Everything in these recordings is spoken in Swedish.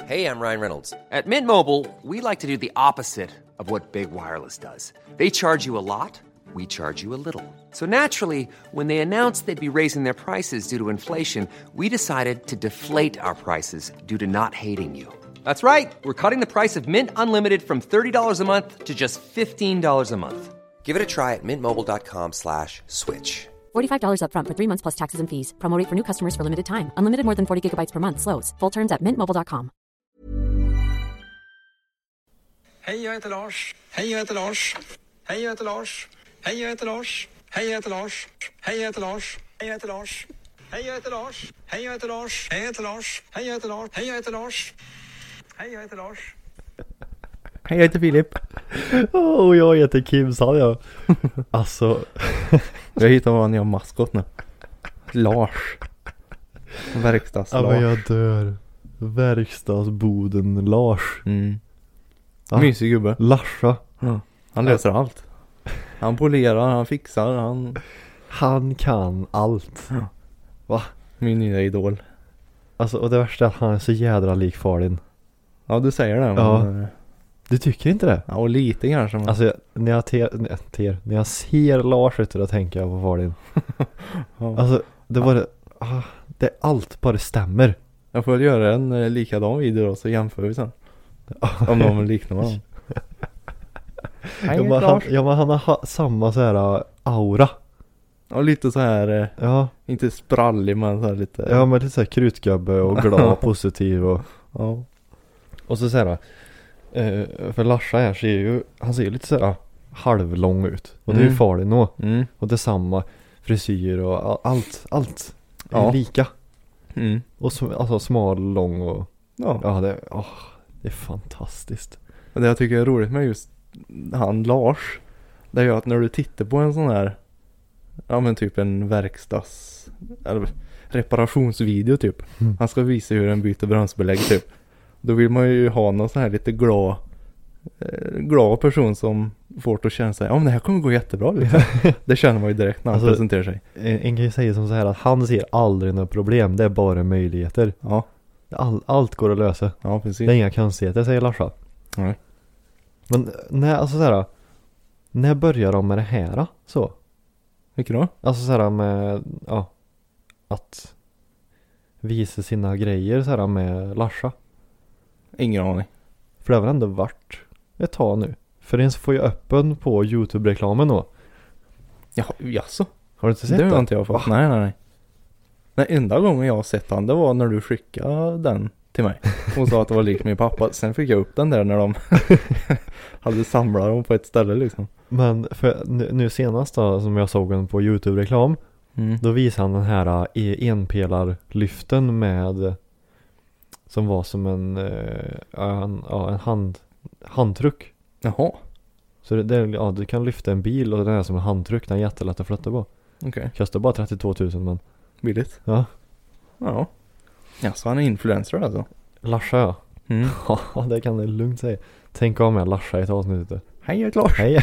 Hey, I'm Ryan Reynolds. At Mint Mobile, we like to do the opposite of what Big Wireless does. They charge you a lot, we charge you a little. So naturally, when they announced they'd be raising their prices due to inflation, we decided to deflate our prices due to not hating you. That's right. We're cutting the price of Mint Unlimited from $30 a month to just $15 a month. Give it a try at mintmobile.com/switch. $45 up front for 3 months plus taxes and fees. Promo rate for new customers for limited time. Unlimited more than 40 gigabytes per month. Slows full terms at mintmobile.com. Hej, jag heter Lars. Hej, jag heter Lars. Hej, jag heter Lars. Hej, jag heter Lars. Hej, jag heter Lars. Hej, jag heter Lars. Hej, jag heter Lars. Hej, jag heter Lars. Hej, jag heter Lars. Hej, jag heter Lars. Hej, jag heter Lars. Hej, jag heter Lars. Hej, jag heter Lars. Hej, jag heter Filip. Och jag heter Kim, sa jag. Alltså, Jag hittade vår nya maskot nu. Lars. Verkstads-Lars. ja, men jag dör. Verkstadsboden Lars. Ja. Mysig gubbe. Larsa. Ja. Han löser allt. Han polerar, han fixar, Han kan allt. Ja. Va? Min nya idol. Alltså, och det värsta är att han är så jädra lik far din. Ja, du säger det. Ja. Men, Du tycker inte det? ja, och lite kanske. Men... Alltså, när jag ser Lars ute, då tänker jag på far din. Ja. Alltså, det var det allt bara stämmer. Jag får väl göra en likadan video då, så jämför vi sen. Om de vill likna varandra. Men han har samma så här aura. Och lite så här, Ja. inte sprallig, men så här lite. Ja, men lite så här krutgubbe och glad, positiv och Ja. och så här. För Larsa här han ser ju lite så här halvlång ut. Och det är ju far din nå. Och det är samma frisyr och allt är lika. Och alltså smal, lång och det är fantastiskt. Och det jag tycker är roligt med just han Lars, det är ju att när du tittar på en sån här, ja men typ en verkstads eller reparationsvideo typ. Han ska visa hur en byter bromsbelägg typ. Då vill man ju ha någon sån här lite glad person som får det att känna sig, ja men det här kommer gå jättebra liksom. Det känner man ju direkt när han presenterar sig. En kan ju säga som så här att han ser aldrig några problem, det är bara möjligheter. Ja. Allt går att lösa. Ja, precis. Det är inga konstigheter, säger Larsa. Nej. Men när börjar de med det här så? Vilket då? Alltså så här med att visa sina grejer så här med Larsa. Ingen aning. För det har väl ändå varit ett tag nu. För den får ju öppen på YouTube-reklamen då. Ja, jaså? Har du inte sett det? Det har den? inte jag fått. Nej. Den enda gången jag har sett den, det var när du skickade den till mig. Hon sa att det var lik min pappa. Sen fick jag upp den där när de hade samlat dem på ett ställe liksom. Men för nu senast då, som jag såg den på YouTube-reklam, då visade han den här enpelarlyften med, som var som en handtruck. Jaha. Så du kan lyfta en bil och den är som en handtruck, den är jättelätt att flytta på. Okej. Kostar bara 32 000 men. Billigt. Ja. Ja. Ja, så han är influencer alltså. Larsa, ja. Ja, det kan du lugnt säga. Tänk om jag Larsa i ett avsnitt. Hej, jag är Lars. Hej.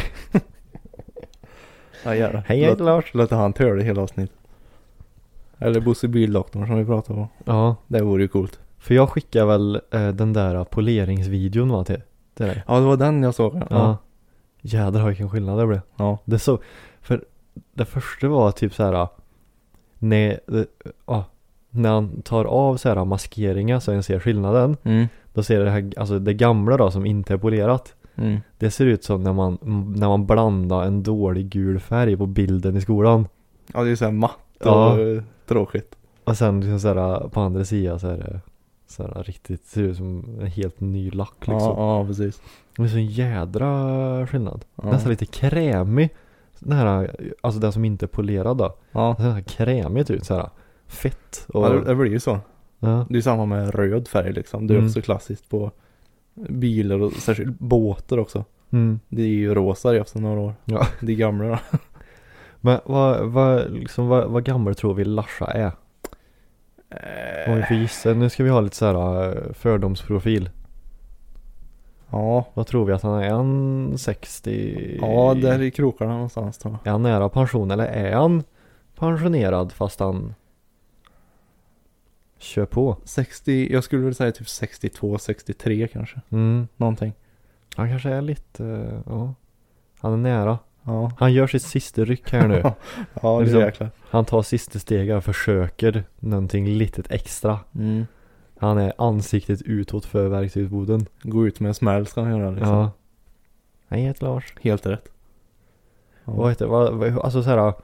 Ja, gärna. Hej, jag heter Lars. Låter han töra det hela avsnitt. Eller Bosse Bildoktorn som vi pratade om. Ja. Det vore ju coolt. För jag skickar väl den där poleringsvideon till dig. Ja, det var den jag såg. Ja. Jädrar vilken skillnad det blev. Ja. Det så, för det första var typ så här när han tar av så här maskeringar så en ser skillnaden. Då ser det här, alltså det gamla då som inte är polerat. Det ser ut som när man blandar en dålig gul färg på bilden i skolan. Ja, det är så här matt och tråkigt. Och sen liksom så här, på andra sidan så är det så här riktigt, ser ut som en helt ny lack liksom. Ja, precis. Det är så en jädra skillnad. Nästan lite krämig. Den här, alltså den som inte är polerad då. Ja. Den här krämigt ut så här. Fett. Och, Ja, det blir ju så. Ja. Det är samma med röd färg liksom. Det är också klassiskt på bilar och särskilt båtar också. Det är ju rosa efter några år. Ja. Det är gamla då. Men vad gammal tror vi Larsa är? Om vi får gissa. Nu ska vi ha lite så här fördomsprofil. Ja. Vad tror vi att han är? En 60? Ja, där i krokarna någonstans tror jag. Är han nära pension eller är han pensionerad fast han Kör på. 60, jag skulle väl säga typ 62, 63 kanske. Någonting. Han kanske är lite, ja. Han är nära. Ja. Han gör sitt sista ryck här nu. Ja, det är jäkla. Han tar sista steg och försöker någonting litet extra. Han är ansiktet utåt för verktygsboden. Gå ut med en smäll ska han göra liksom. Ja. Han heter Lars. Helt rätt. Ja. Vad heter vad, alltså så här.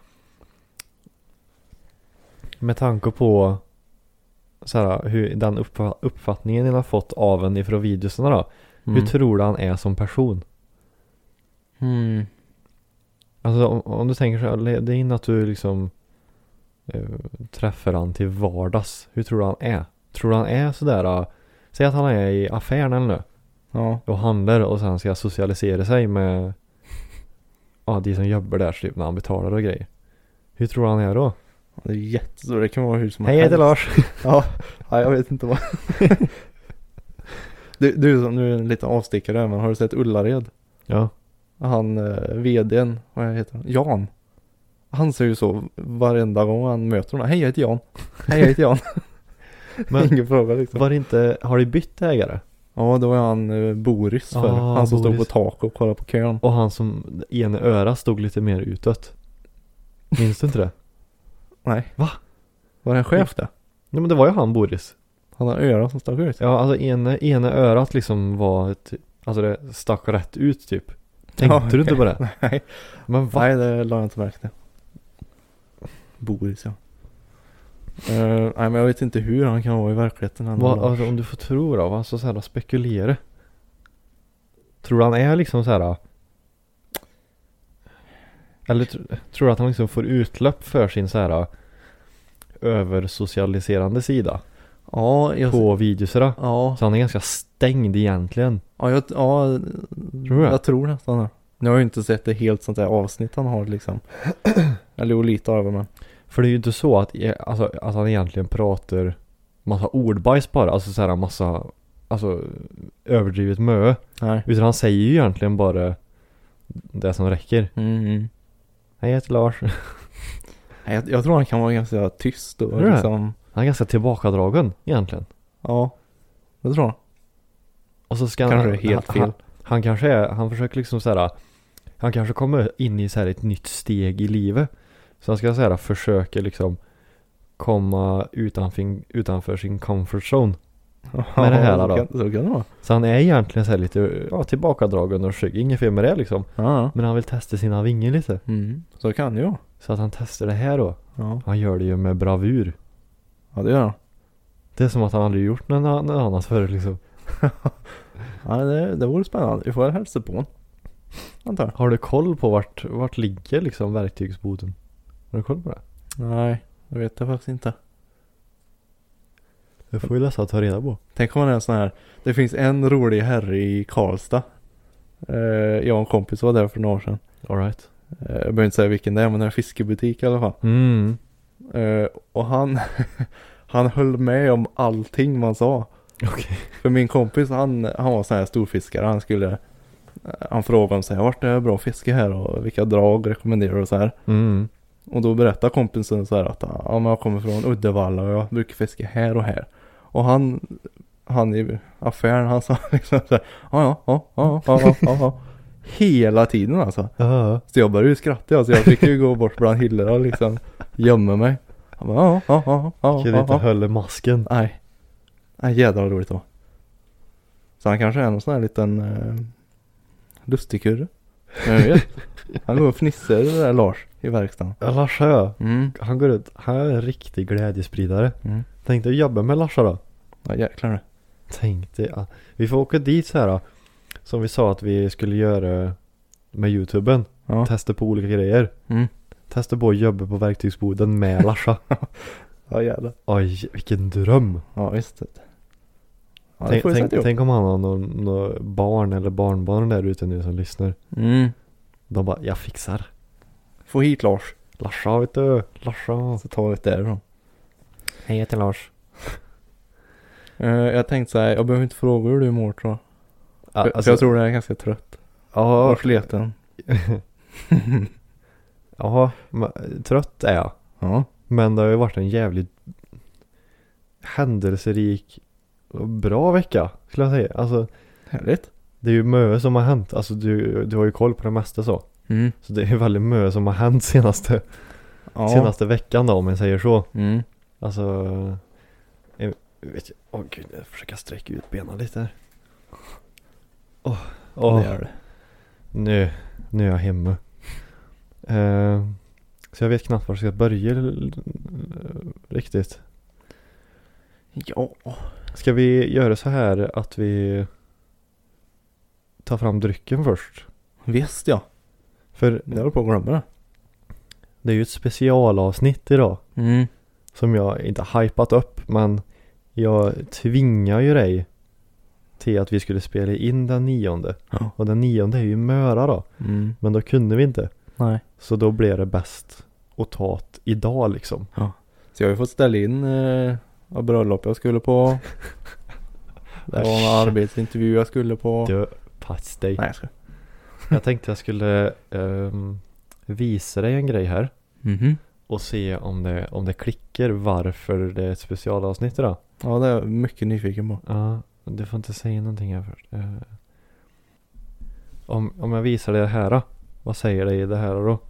Med tanke på så här, hur den uppfattningen ni har fått av en ifrån videorna då. Hur tror du han är som person? Alltså om du tänker så här, det är innan att du liksom träffar han till vardags. Hur tror du han är? Tror du han är sådär, säg att han är i affären eller nu. Ja. Och handlar och sen ska socialisera sig med de som jobbar där typ när han betalar och grejer. Hur tror du han är då? Det är jättestort, det kan vara hur som helst. Hej, jag heter Lars. Ja, jag vet inte vad. du som nu är en liten avstickare, men har du sett Ullared? Ja. Han vdn, vad heter han? Jan. Han säger ju så varenda gång han möter honom. Hej, jag heter Jan. Hej, jag heter Jan. Men ingen fråga liksom. Var det inte, har du bytt ägare? Ja, då var han Boris för. Han som Boris. stod på tak och kollade på kön. Och han som ena öra stod lite mer utåt. Minns du inte det? Nej. Va? Var det en chef där? Nej, men det var ju han Boris. Han har öra som stack ut. Ja, alltså ena örat liksom var alltså det stack rätt ut typ. Tänkte du inte på det? Nej. Men va? Nej, det la jag inte märke till. Boris, ja. Nej, men jag vet inte hur han kan vara i verkligheten. Alltså, om du får tro då, alltså så här spekulera. Tror du han är liksom så här? Eller tror du att han liksom får utlopp för sin så här översocialiserande sida? Ja, på videosarna. Ja. Så han är ganska stängd egentligen. Ja, tror jag. Jag tror nästan det. Jag har ju inte sett det helt sånt där avsnitt han har liksom. Eller lite av det, men. För det är ju inte så att han egentligen pratar massa ordbajs bara. Alltså så här massa, alltså överdrivet mö. Nej. Utan han säger ju egentligen bara det som räcker. Hej, jag heter Lars. Jag tror han kan vara ganska tyst och liksom. Han är ganska tillbakadragen egentligen. Ja, det tror jag. Och så ska kanske han, helt fel. Han försöker liksom så här. Han kanske kommer in i så här ett nytt steg i livet. Så han ska så här försöka liksom komma utanför sin comfort zone. Med det här då. Så kan det vara. Så han är egentligen så här lite tillbakadragen och försöker. Inget fel med det liksom. Ja. Men han vill testa sina vingar lite. Så kan det ju. Så att han testar det här då. Ja. Han gör det ju med bravur. Ja, det gör han. Det är som att han aldrig gjort något annat förut liksom. Ja, det vore spännande. Vi får hälsa på honom. Antar. Har du koll på vart ligger liksom verktygsboden? Har du koll på det? Nej, det vet jag faktiskt inte. Det får vi läsa och ta reda på. Tänk om man är en sån här. Det finns en rolig herre i Karlstad. Jag och en kompis var där för några år sedan. All right. Jag behöver inte säga vilken det är, men det är en fiskebutik i alla fall. Och han höll med om allting man sa. Okay. För min kompis, han var sån här storfiskare. Han frågade om så här, vart är det bra fiske här och vilka drag rekommenderar du och så här. Och då berättade kompisen så här att men jag kommer från Uddevalla och jag brukar fiska här och här. Och han i affären, han sa liksom så här, ja. Hela tiden alltså. Så jag började ju skratta, så jag fick ju gå bort bland hyllorna och liksom gömma mig. Han bara, Kan inte hålla masken? Nej, jädra roligt då. Så han kanske är någon sån här liten lustigkurre. Jag vet. Han går och fnissar det där Lars i verkstaden. Ja, Lars han går ut. Han är en riktig glädjespridare. Tänkte jobba med Lars då. Ja, jäklar det. Tänkte att vi får åka dit så här. Som vi sa att vi skulle göra med YouTuben. Ja. Testa på olika grejer. Testa på att jobba på verktygsboden med Larsa. Ja, jävlar. Oj, vilken dröm. Ja, visst. Ja, tänk om han har någon barn eller barnbarn där ute nu som lyssnar. De bara, jag fixar. Få hit Lars. Larsa, vet du. Larsa. Så tar vi det därifrån. Hej, jag heter Lars. Jag tänkte så här, jag behöver inte fråga hur du mår tror jag. Ja, för jag tror det är ganska trött. Ja. Och sleten. Ja, trött är jag. Ja. Men det har ju varit en jävligt händelserik och bra vecka skulle jag säga. Alltså, Härligt. det är ju mycket som har hänt. Alltså du har ju koll på det mesta så. Så det är ju väldigt mycket som har hänt senaste veckan då, om jag säger så. Alltså, jag vet jag, gud, jag försöker sträcka ut benen lite här. Det gör det. Nu är jag hemma. Så jag vet knappt var jag ska börja riktigt. Ja. Ska vi göra så här att vi tar fram drycken först? Visst ja. För Det var på att glömma det. det är ju ett specialavsnitt idag. Som jag inte har hypat upp, men jag tvingar ju dig till att vi skulle spela in den 9:e. Ja. Och den 9:e är ju Möra då. Men då kunde vi inte. Nej. Så då blev det bäst att ta det idag liksom. Ja. Så jag har ju fått ställa in bröllop jag skulle på. Det var en arbetsintervju jag skulle på. Du, pass dig. Nej, jag ska. Jag tänkte jag skulle visa dig en grej här. Och se om det klickar varför det är ett specialavsnitt idag. Ja, det är jag mycket nyfiken på. Ja, du får inte säga någonting här först. Om jag visar det här då, vad säger det i det här då?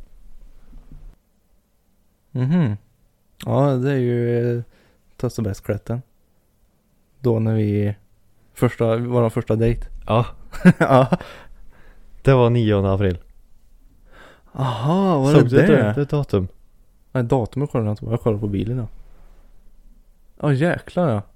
Ja, det är ju Töst och Bäst-klätten. Då när vi vår första dejt. Ja, Ja. det var 9 april. Aha, vad Såg är du det? det datum? Nej, datumet kollade jag inte på. Jag kollade på bilen då. Ja, jäklar ja.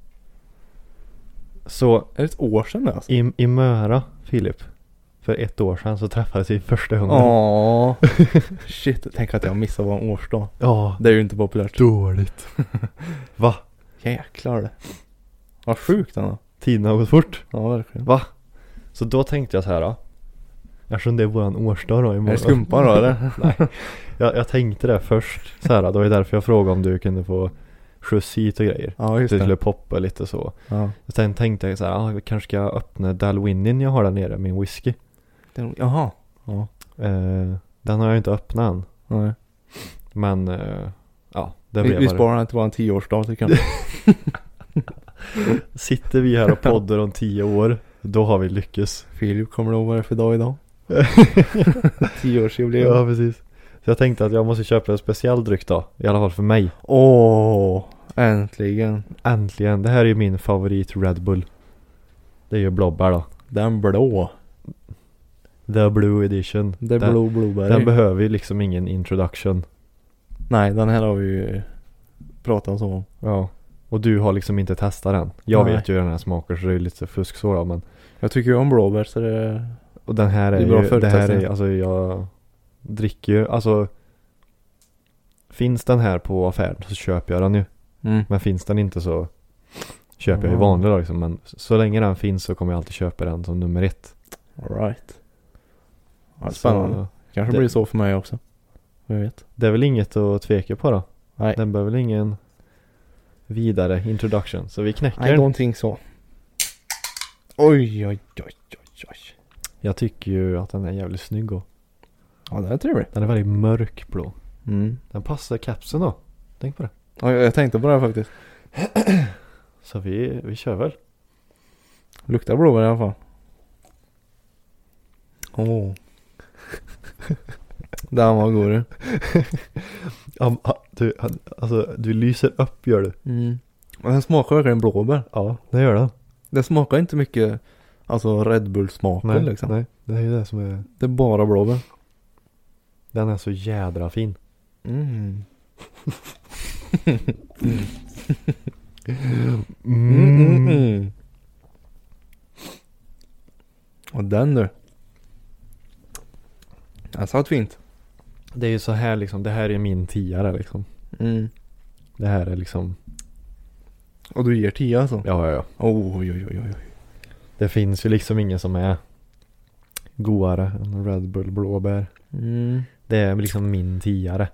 Så Är det ett år sedan alltså? i Möra, Filip, för 1 år sedan så träffades vi första gången. Åh. Shit, tänk att jag missade vår årsdag. Ja, Det är ju inte populärt. dåligt. Va? Jäklar det. Vad sjukt ändå. Tiden har gått fort. Ja, verkligen. Va? Så då tänkte jag så här då. Eftersom det är våran årsdag då imorgon. Är det skumpa då eller? Nej. Jag tänkte det först så här. Det var därför jag frågade om du kunde få skjuts hit och grejer. Ja, just Det det. skulle poppa lite så. Ja. Sen tänkte jag så här. Vi kanske ska öppna Dalwhinnie jag har där nere. Min whisky. Jaha. Ja. Den har jag inte öppnat än. Nej. Men ja. Det Vi blev sparar inte bara en 10-årsdag tycker jag. Sitter vi här och poddar om 10 år. Då har vi lyckats. Filip, kommer du ihåg vad det är för dag idag? 10-årsjubileum. Ja, precis. Så jag tänkte att jag måste köpa en speciell dryck då. I alla fall för mig. Åh, äntligen. Äntligen. Det här är ju min favorit Red Bull. Det är ju blåbär då. Den blå. The Blue Edition. Det är blå blueberry. Den behöver ju liksom ingen introduction. Nej, den här har vi ju pratat om. Ja. Och du har liksom inte testat den. Jag Nej. vet ju hur den här smakar så det är lite fusk så då, men Jag tycker ju om blåbär så det... och den här är Det är bra ju, det här förutsättningar. är, alltså jag dricker ju, alltså finns den här på affären så köper jag den ju. Men finns den inte så köper jag ju vanlig då liksom. Men så länge den finns så kommer jag alltid köpa den som nummer 1. All right. Ja, spännande. Så Kanske det- blir så för mig också. Jag vet. det är väl inget att tveka på då. Nej. Den behöver väl ingen vidare introduction. Så vi knäcker Nej, den. någonting så. Oj, oj, oj, oj, oj. Jag tycker ju att den är jävligt snygg och Ja, det är trevligt. den är väldigt mörkblå. Den passar kapseln då. Tänk på det. Ja, jag tänkte på det här faktiskt. Så vi kör väl. Luktar blåbär i alla fall. Åh. Den var god du. Du lyser upp gör du. Och den smakar verkligen blåbär. Ja, det gör den. Det smakar inte mycket, alltså Red Bull-smaken liksom. Nej, det är ju det som är. Det är bara blåbär. Den är så jädra fin. Och den du. Den satt fint. Det är ju så här liksom. Det här är min 10 liksom. Det här är liksom. Och du ger 10 alltså? Ja. Oj, oj, oj, oj. Det finns ju liksom ingen som är godare än Red Bull blåbär. Det är liksom min 10.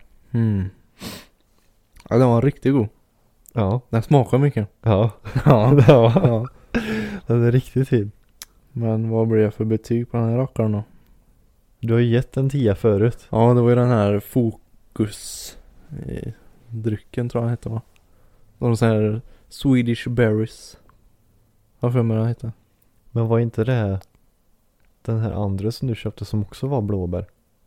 Ja, den var riktigt god. Ja. Den smakar mycket. Ja. Ja. Ja. Den är riktigt fin. Men vad blir det för betyg på den här rackaren då? Du har ju gett en 10 förut. Ja, det var ju den här fokus drycken tror jag hette va? De så här Swedish Berries. Vad för mig den heter? Men var inte det den här andra som du köpte som också var blåbär?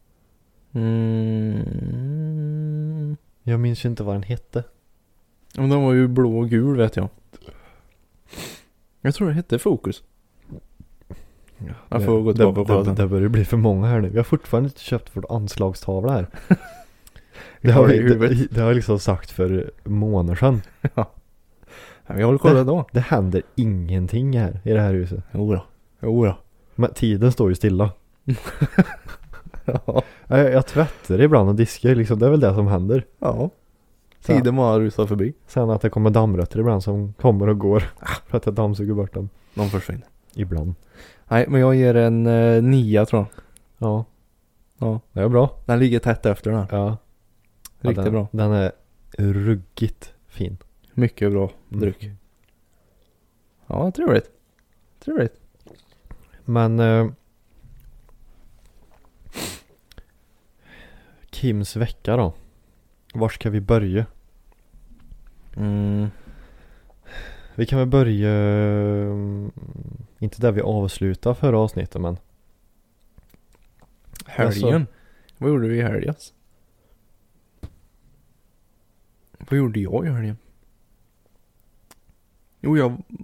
Jag minns ju inte vad den hette. Men den var ju blå och gul vet jag. Jag tror det hette Fokus. Jag får gå tillbaka på det börjar bli för många här nu. Vi har fortfarande inte köpt vår anslagstavla här. Det har jag liksom sagt för månader sedan. Ja. Vi håller kolla då. Det händer ingenting här i det här huset. Jo då. Men tiden står ju stilla. Ja. Jag tvättar ibland och diskar liksom. Det är väl det som händer. Ja. Tiden bara rusar förbi. Sen att det kommer dammrötter ibland som kommer och går. För att jag dammsuger bort dem. De försvinner. Ibland. Nej, men jag ger en 9 tror jag. Ja. Det är bra. Den ligger tätt efter den. Ja. Riktigt bra. Den är ruggigt fin. Mycket bra dryck. Ja, trevligt. Men Kims vecka då? Var ska vi börja? Vi kan väl börja inte där vi avslutar förra avsnittet, men helgen. Alltså, vad gjorde vi i helgen? Vad gjorde jag i helgen? Jo,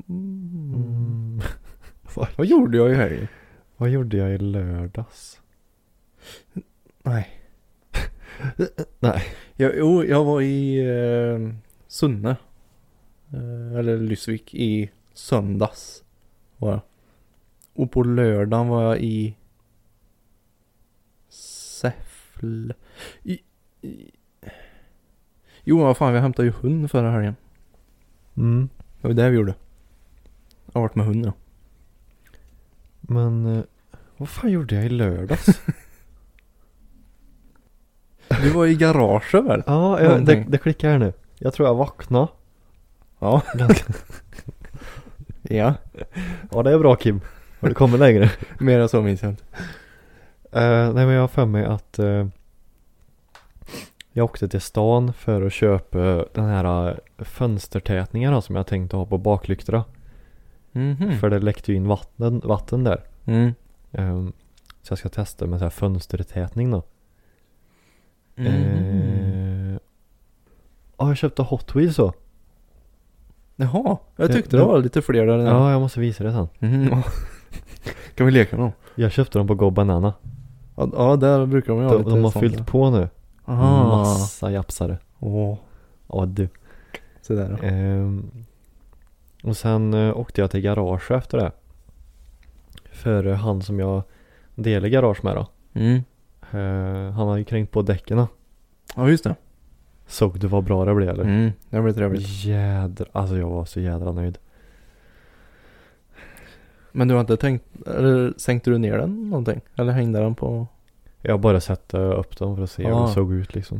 vad gjorde jag i helgen? Vad gjorde jag i lördags? Nej. Nej. Jag var i Sunne. Eller Lysvik i söndags. Var jag. Och på lördagen var jag i Säffle. Jo, vad fan, vi hämtade ju hund förra helgen. Det var det vi gjorde. Jag har varit med hunden. Men vad fan gjorde jag i lördags? Du var i garaget väl? Ja, det klickar här nu. Jag tror jag vaknade. Ja. Ja. Ja, det är bra, Kim. Har du kommit längre? Mer än så minns jag inte. Nej, men jag har för mig att jag åkte till stan för att köpa den här fönstertätningen då, som jag tänkte ha på baklyktorna. För det läckte ju in vatten där. Så jag ska testa med så här fönstertätning då. Jag köpte Hot Wheels så. Jaha, jag tyckte det var lite fler där. Ja, jag måste visa det sen. Kan vi leka med dem? Jag köpte dem på Go Banana. Ja, där brukar de ha lite. De har fyllt på nu. Massa japsare. Ja, du. Så där då. Och sen åkte jag till garage efter det. För han som jag delar garage med då. Han har ju kränkt på däcken. Ja, just det. Såg du vad bra det blev eller? Det blev trevligt. Alltså jag var så jädra nöjd. Men du har inte tänkt, eller sänkte du ner den någonting? Eller hängde den på? Jag bara satte upp dem för att se hur det såg ut liksom.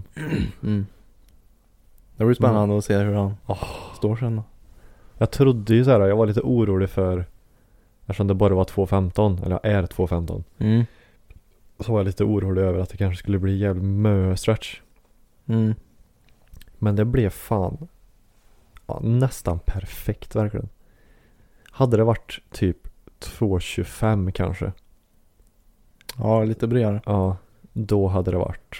Det blir spännande att se hur han står sen då. Jag trodde ju såhär, jag var lite orolig för, eftersom det bara var 2.15, eller är 2.15. Så var jag lite orolig över att det kanske skulle bli jävligt stretch. Men det blev fan nästan perfekt verkligen. Hade det varit typ 2.25 kanske. Ja, lite bredare. Ja, då hade det varit.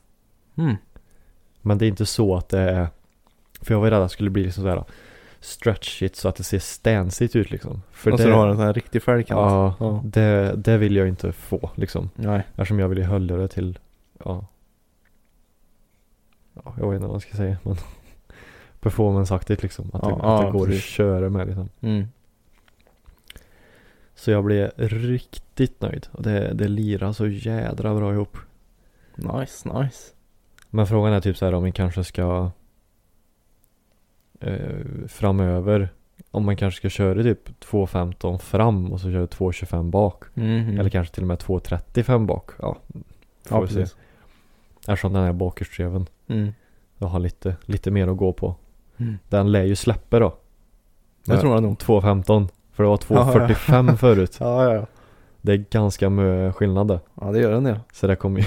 Men det är inte så att det är, för jag var rädd att det skulle bli liksom sådär stretchigt så att det ser stansigt ut liksom. För och så har en sån här riktig färgkant. Ja. Det vill jag inte få liksom. Nej. Eftersom jag vill ju hålla det till jag vet inte vad man ska säga, men performance-aktigt liksom. Att det går att köra med liksom. Så jag blev riktigt nöjd. Och det lirar så jädra bra ihop. Nice. Men frågan är typ så här om vi kanske ska framöver, om man kanske ska köra typ 2.15 fram och så kör 2.25 bak. Eller kanske till och med 2.35 bak. Ja, precis. Eftersom den är bakhjulsdriven. Jag har lite mer att gå på. Den lär ju släppa då. Jag tror jag nog. 2.15. För det var 2.45 förut. Ja. Det är ganska mycket skillnad där. Ja, det gör den det. Så det kommer ju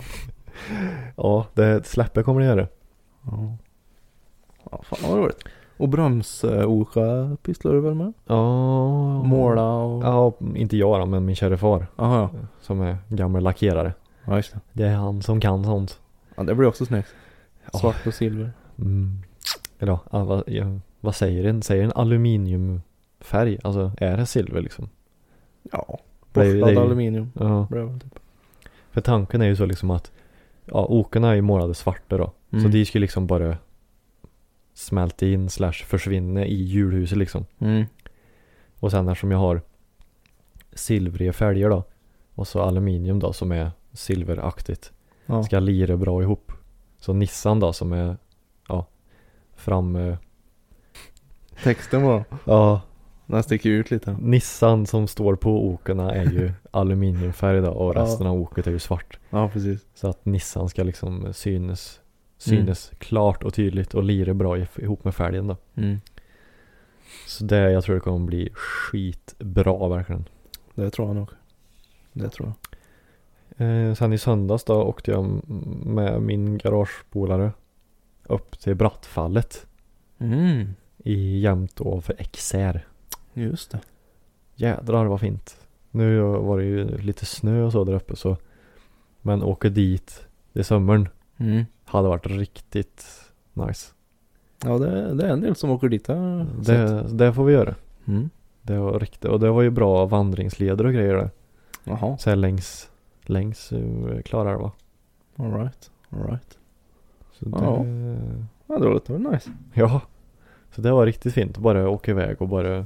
det släpper kommer det göra. Ja, fan vad roligt. Och bromsoka pysslar du väl med? Ja. Måla och... Ja, inte jag då, men min kära far. Aha, ja. Som är gammal lackerare. Ja, just det. Det är han som kan sånt. Ja, det blir också snyggt. Ja. Svart och silver. Eller vad säger den? Säger en aluminiumfärg? Alltså, är det silver liksom? Ja. Det är Borstad ju- aluminium. Ja. Bra, typ. För tanken är ju så liksom att okerna är ju målade svarta då. Så Mm. de skulle liksom bara smälta in / försvinna i hjulhuset liksom. Mm. Och sen eftersom jag har silvriga fälgar då och så aluminium då som är silveraktigt Ja. ska lira bra ihop. Så Nissan då som är fram Texten bara. ja, Den sticker ut lite. Nissan som står på okerna är ju aluminiumfärg då och Ja. resten av oket är ju svart. Ja, precis. Så att Nissan ska liksom synes klart och tydligt och lira bra ihop med fälgen då. Mm. Så det, jag tror det kommer bli skitbra verkligen. Det tror jag nog. Det tror jag. Sen i söndags då åkte jag med min garagepolare upp till Brattfallet Mm. i Jämtå för XR. Just det. Jädrar vad fint. Nu var det ju lite snö och så där uppe så. Men åka dit i sommaren Mm. hade varit riktigt nice. Ja, det är en del som åker dit här. Det får vi göra. Mm. Det var riktigt. Och det var ju bra vandringsleder och grejer där. Jaha. Så här längs Klarälva. All right. Så Ja. Ja, det låter väl nice. Ja. Så det var riktigt fint. Bara åka iväg och bara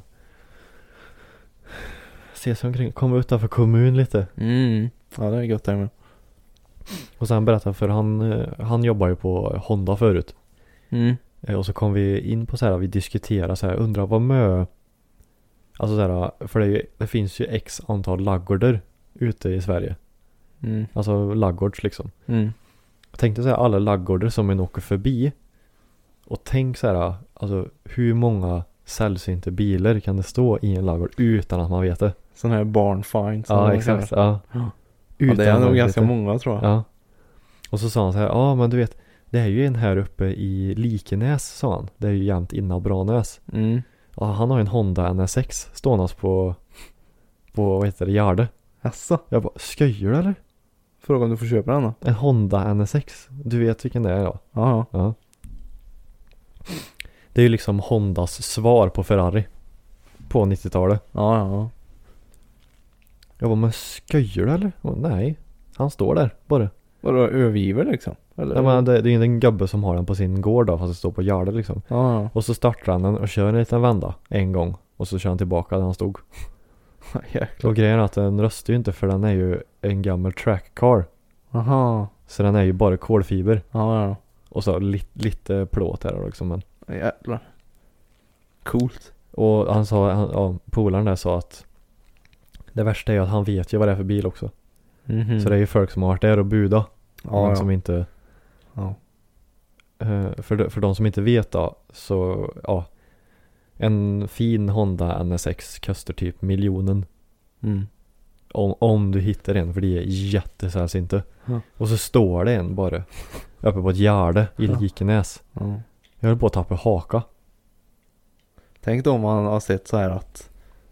se sig omkring. Komma utanför kommun lite. Mm. Ja, det är gott där med. Och sen berätta för han jobbar ju på Honda förut. Mm. Och så kom vi in på så här, vi diskuterar så här, undrar vad alltså så här, för det finns ju x antal laggårdar ute i Sverige. Mm. Alltså laggårds liksom. Mm. Jag tänkte så här, alla laggårdar som en åker förbi. Och tänk så här, alltså hur många sällsynta bilar kan det stå i en laggård utan att man vet det? Sån här barn find. Ja, exakt. Ja. Ja, Utan det är att man nog vet ganska det. många tror jag. Ja. Och så sa han så här, ja men du vet, det är ju en här uppe i Likenäs, sa han. Det är ju jämt innan Branäs. Mm. Ja, han har en Honda NSX stående på vad heter det, Gärde. Jaså? Jag bara, skojar du eller? Fråga om du får köpa den då. En Honda NSX. Du vet vilken det är då? Ja. Ja. Det är ju liksom Hondas svar på Ferrari. På 90-talet. Ja. Jag bara, men skojar du eller? Och, nej, han står där bara. Vadå, övergiver liksom? Eller? Ja, men det är ju en gubbe som har den på sin gård då, fast det står på Gärde liksom. Ja. Och så startar han den och kör en liten vända en gång. Och så kör han tillbaka där han stod. Jäklar. Och grejen är att den röstar ju inte, för den är ju en gammal track car. Aha. Så den är ju bara kolfiber. Ja. Och så lite plåt här liksom. Men. Jäklar. Coolt. Och han sa, polaren där sa att det värsta är ju att han vet ju vad det är för bil också. Mhm. Så det är ju folk som har varit där och buda. Ja, Men som inte... Ja. För de som inte vet då, så en fin Honda NSX kostar typ 1 miljon. Mm. Om du hittar en, för det är jättesällsynta. Ja. Och så står det en bara uppe på ett Gärde i Likenäs. Ja. Jag höll på att tappa haka. Tänk då om man har sett så här att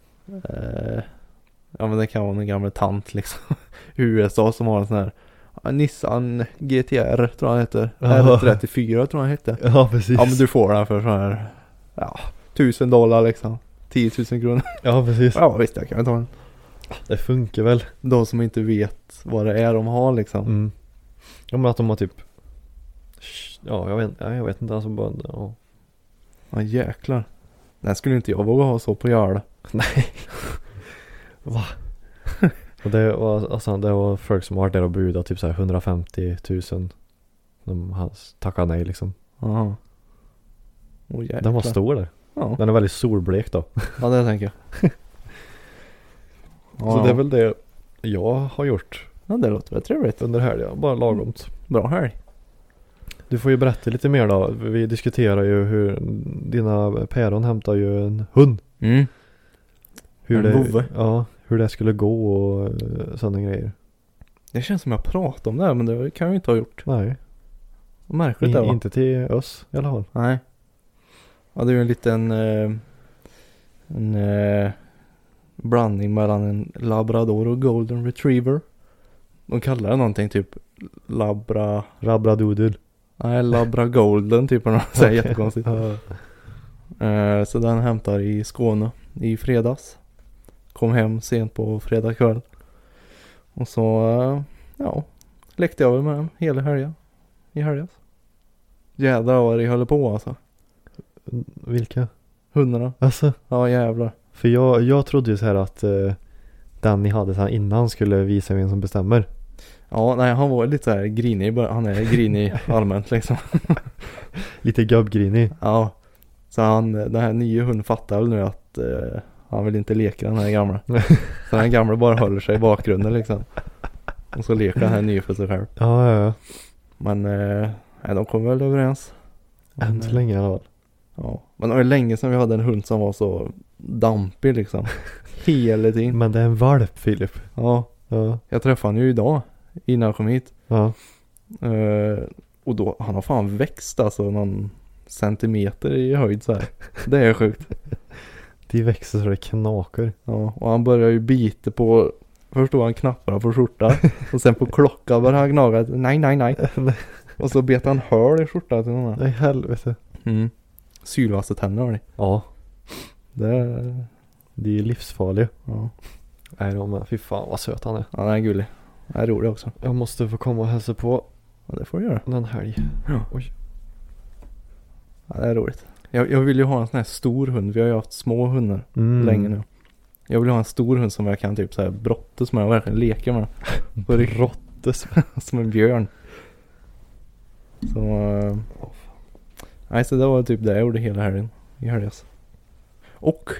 ja, men det kan vara en gammal tant liksom i USA som har en sån här Nissan GTR tror jag han heter. R34 tror jag han heter. Ja, precis. Ja, men du får den för så här $1,000 liksom. 10 000 kronor. Ja, precis. Ja, visst, jag kan ta den. Det funkar väl. De som inte vet vad det är de har liksom. Mm. Ja, men att de har typ... Ja, jag vet inte. Alltså bara... Ja. Ja, jäklar. Den skulle inte jag våga ha så på Gärde. Nej. Va? Och det var folk som har varit där och budat typ så här 150 000. De tackade nej liksom. Jaha. Oh, jäklar. Den var stor där. Ja. Den är väldigt solblek då. Ja, det tänker jag. Så det är väl det jag har gjort Ja, det låter väl trevligt. under helgen. Bara lagomt. Bra helg. Du får ju berätta lite mer då. Vi diskuterar ju hur dina päron hämtar ju en hund. Mm. En vovve. Ja, hur det skulle gå och sådana grejer. Det känns som jag pratat om det här, men det kan jag ju inte ha gjort. Nej, Vad märkligt det var. inte till oss i alla fall. Nej. Ja, det är ju en liten blandning mellan en labrador och golden retriever. De kallar det någonting typ Labradoodle. Nej, labra golden typ av något. Så är jättekonstigt. Så den hämtar i Skåne i fredags. Kom hem sent på fredag kväll. Och så lekte jag väl med dem hela helgen. I helgas. Jädrar vad det håller på alltså. Vilka? Hundarna. Alltså? Ja, jävlar. För jag trodde ju så här att den ni hade så här innan skulle visa vem som bestämmer. Ja, nej, han var lite så här grinig. Han är grinig allmänt liksom. Lite gubbgrinig. Ja. Så den här nya hunden fattar väl nu att han vill inte leka den här gamla. Så den gamla bara håller sig i bakgrunden liksom. Och så leker den här nya för sig själv. Ja. Men nej, de kom väl överens. Än så länge i alla fall. Ja, men det var länge sedan vi hade en hund som var så dampig liksom. Hela tiden. Men det är en valp, Filip. Ja. Jag träffade han ju idag innan jag kom hit. Ja. Och då, han har fan växt alltså någon centimeter i höjd så här. Det är sjukt. De växer så det knakar. Ja, och han börjar ju bita på, först då han knapparna på skjorta och sen på klockan börjar han gnaga. Nej. Och så bet han hål i skjortan till någon. Nej, helvete. Sylvasse tänder har ni. Ja. Det är livsfarliga. Ja. Nej då, men fy fan vad söt han är. Ja, den är gullig. Den är rolig också. Jag måste få komma och hälsa på. Ja, det får du göra. Den helg. Ja. Oj. Ja, det är roligt. Jag vill ju ha en sån här stor hund. Vi har ju haft små hundar länge nu. Jag vill ha en stor hund som jag kan typ så här brottas med och verkligen leka med. Brottas som en björn. Så nej, så det var typ det jag gjorde hela helgen i helgas. Och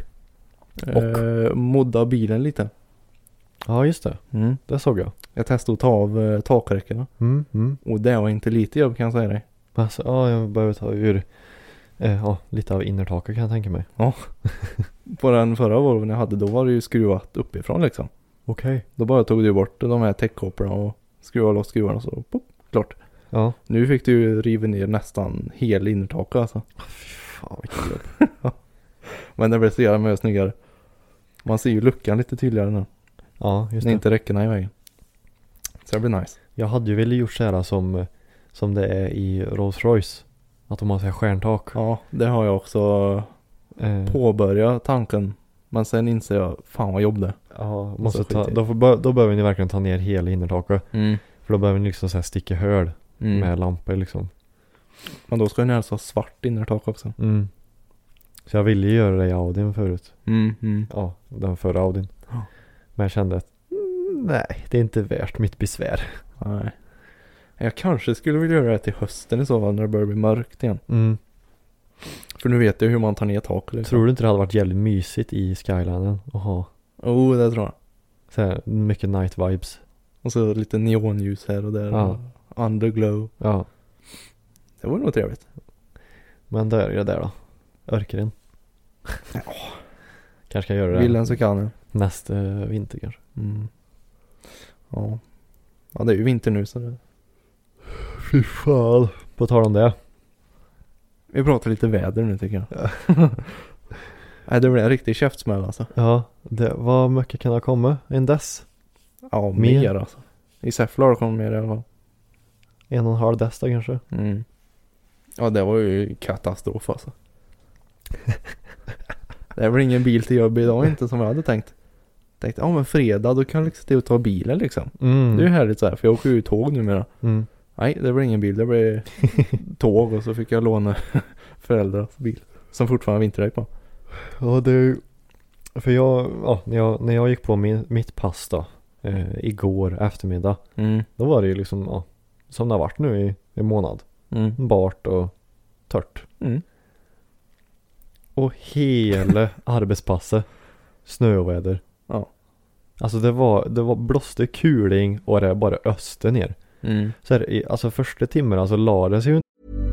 modda bilen lite. Ja, just det. Det såg jag. Jag testade att ta av takräckena. Och det var inte lite jobb kan jag säga dig. Alltså, ja, jag behöver ta ur lite av innertaket kan jag tänka mig. Ja. På den förra Volvon jag hade, då var det ju skruvat uppifrån liksom. Okej. Då bara tog du bort de här täckkåporna och skruvade loss skruvarna och så pop, klart. Ja. Nu fick du ju riva ner nästan hela innertaket alltså. Fy fan vilket jobb. Men det blev så jävla mycket snyggare. Man ser ju luckan lite tydligare nu. Ja, just det. det. Inte räckorna i vägen. Så det blir nice. Jag hade ju velat gjort så här som det är i Rolls Royce. Att de har så här stjärntak. Ja, det har jag också påbörjat tanken. Men sen inser jag, fan vad jobb det. Ja, då behöver ni verkligen ta ner hela innertaket. För då behöver ni liksom så här sticka hål med lampor liksom. Men då ska ni alltså ha svart innertak också. Så jag ville ju göra det i Audin förut. Ja, den förra Audin. Men jag kände att nej, det är inte värt mitt besvär. Nej. Jag kanske skulle vilja göra det till hösten i så fall när det börjar bli mörkt igen. För nu vet jag hur man tar ner tak. Liksom. Tror du inte det hade varit jävligt mysigt i Skylinen att ha? Det tror jag. Så här, mycket night vibes. Och så lite neonljus här och där. Ja. Underglow. Ja. Det var nog trevligt. Men då är det där då. Örkeren. Ja. Kanske ska göra det. Vill den så kan jag. Nästa vinter kanske. Ja. Ja, det är ju vinter nu så det... Fy fan. På tal om det. Vi pratar lite väder nu tycker jag. Nej, det blir en riktig käftsmäll alltså. Ja, vad mycket kan det komma? En dess? Ja, mer alltså. I Säffle har det kommit mer i alla fall. 1,5 dess då kanske? Ja, det var ju katastrof alltså. Det är väl ingen bil till jobb idag inte som jag hade tänkt. Tänkte, men fredag då kan jag liksom ut och ta bilen liksom. Det är ju härligt så här, för jag åker ju tåg numera. Nej, det blir ingen bil, det blir tåg och så fick jag låna föräldrars bil som fortfarande har vinterdäck på. Ja, för när jag gick på mitt pass då igår eftermiddag, då var det ju liksom som det har varit nu i en månad. Bart och tört. Och hela arbetspasset snöoväder. Ja. Alltså det var blåste kuling och det bara öste ner. Så här, alltså första timmen alltså la det sig.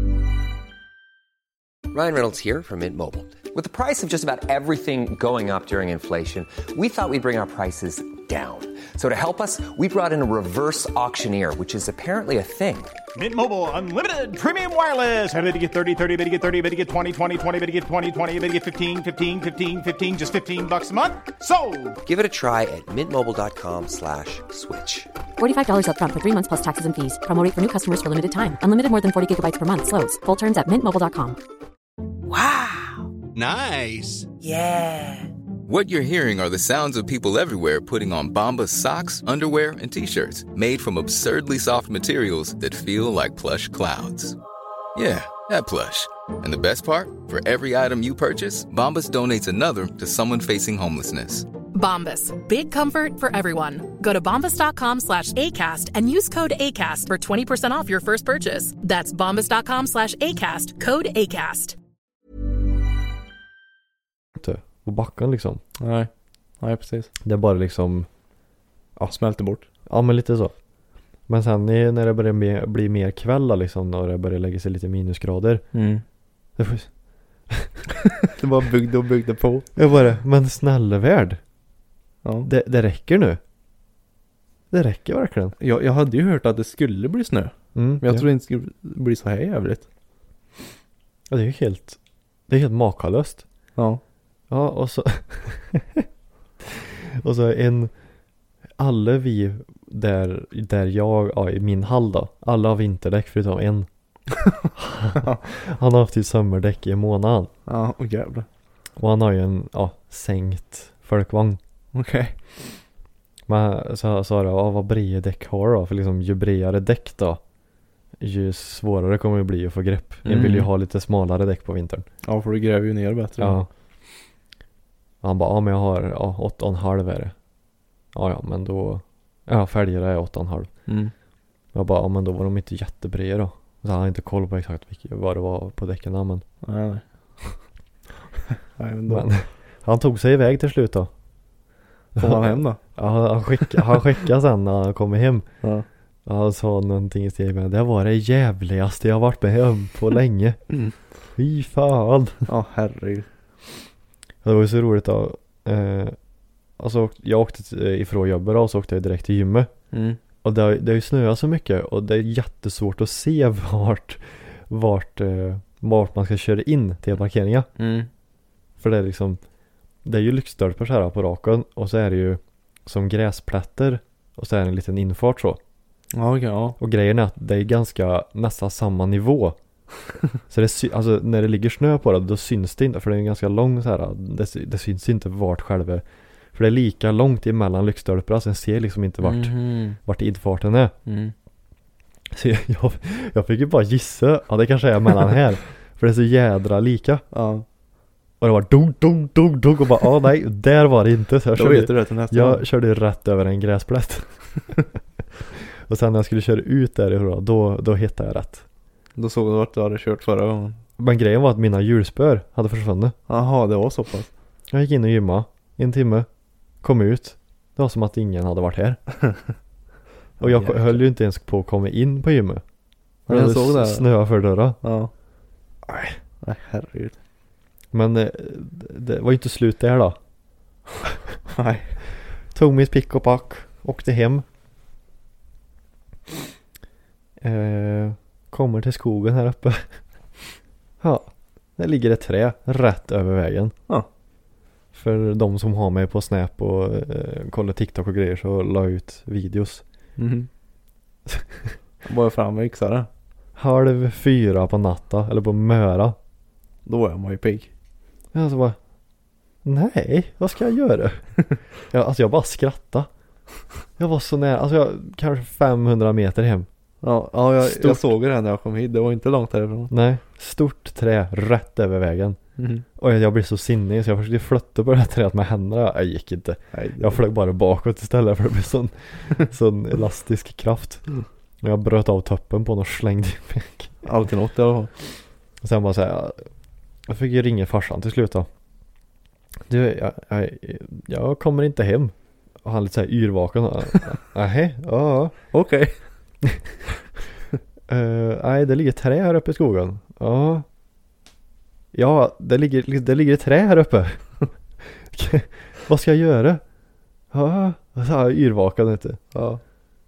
Ryan Reynolds here from Mint Mobile. With the price of just about everything going up during inflation, we thought we'd bring our prices down. So to help us, we brought in a reverse auctioneer, which is apparently a thing. Mint Mobile Unlimited Premium Wireless. How to get 30, 30, bit to get 30, bit to get 20, 20, 20, bit to get 20, 20, bit to get 15, 15, 15, 15, just $15 a month? Sold! Give it a try at mintmobile.com/switch. $45 up front for 3 months plus taxes and fees. Promo rate for new customers for limited time. Unlimited more than 40 gigabytes per month. Slows full terms at mintmobile.com. Wow. Nice. Yeah. What you're hearing are the sounds of people everywhere putting on Bombas socks, underwear, and T-shirts made from absurdly soft materials that feel like plush clouds. Yeah, that plush. And the best part? For every item you purchase, Bombas donates another to someone facing homelessness. Bombas. Big comfort for everyone. Go to bombas.com/ACAST and use code ACAST for 20% off your first purchase. That's bombas.com/ACAST. Code ACAST. På backen liksom. Nej, precis. Det är bara liksom smälter bort. Ja, men lite så. Men sen när det börjar bli mer kvällar liksom, och det börjar lägga sig lite minusgrader. Det var byggde på. Jag bara, men snälla värld. Ja. Det räcker nu. Det räcker verkligen. Jag hade ju hört att det skulle bli snö. Men jag tror inte det skulle bli så här jävligt. Ja, det är helt makalöst. Ja. Ja, och så och så alla vi där jag i min hall då, alla har vinterdäck förutom en. Han har haft ett sommardäck i månaden. Ja, och jävlar. Och han har ju en sänkt folkvagn. Okej. Men så sa det, vad bred däck har då? För liksom ju bredare däck då, ju svårare kommer det bli att få grepp. Jag vill ju ha lite smalare däck på vintern. Ja, för du gräver ju ner bättre. Ja. Han bara, men jag har 8,5 är det. Ja, men då fälgar är 8,5. Jag bara, men då var de inte jättebreda då. Så han hade inte koll på exakt vad det var på däcken, men. Nej. Men han tog sig iväg till slut då. Kom han hem då? Ja, han skickade sen när han kom hem. Ja. Han sa någonting i stil med, det var det jävligaste jag varit med hem på länge. Fy fan. Ja, herregud. Det var ju så roligt då. Alltså jag åkte ifrån jobbet och så åkte jag direkt till gymmet. Och det har ju snöat så mycket och det är jättesvårt att se vart man ska köra in till parkeringen. För det är liksom, det är ju lyktstolpar så här på raken och så är det ju som gräsplätter och så är det en liten infart så. Ja. Och grejen är att det är ganska nästan samma nivå. Så alltså när det ligger snö på det, då syns det inte, för det är en ganska lång så här, det syns inte vart själva, för det är lika långt emellan lyktstolpar, så jag ser liksom inte vart infarten är. Så jag fick ju bara gissa, det kanske är mellan här, för det är så jädra lika. Ja. Och det var dunk och bara, nej, där var det inte. Så jag körde rätt över en gräsplätt. Och sen när jag skulle köra ut därifrån, då hittade jag rätt. Då såg du vart du hade kört förra gången. Men grejen var att mina hjulspör hade försvunnit. Jaha, det var så pass. Jag gick in och gymma 1 timme, kom ut. Det var som att ingen hade varit här. Och jag höll ju inte ens på att komma in på gymmet. Jag såg det. Snöa för dörra. Ja. Nej, herregud. Men det var ju inte slut där då. Nej. Tog mitt pick och pack, åkte hem. Kommer till skogen här uppe. Ja, det ligger ett trä rätt över vägen. Ja. För de som har mig på Snap och kollar TikTok och grejer, så la jag ut videos. Bara fram med yxare. 3:30 på natta, eller på möra. Då är man ju pigg. Jag så bara, nej, vad ska jag göra? Jag bara skrattade. Jag var så nära, alltså kanske 500 meter hem. Ja, jag såg det när jag kom hit. Det var inte långt härifrån. Nej, stort trä rätt över vägen. Och jag blev så sinnig, så jag försökte flytta på det här träet med händerna. Jag gick inte. Jag flög bara bakåt istället, för det blev sån elastisk kraft. Och jag bröt av toppen på den och slängde iväg. Alltid något jag har. Och sen bara säga, jag fick ju ringa farsan till slut då. Du, jag kommer inte hem. Och han lite så här yrvaken. Nej, ja. Okej. Nej, det ligger trä här uppe i skogen. Ja, det ligger ett trä här uppe. Vad ska jag göra? Och så här yrvaken ute. Ja.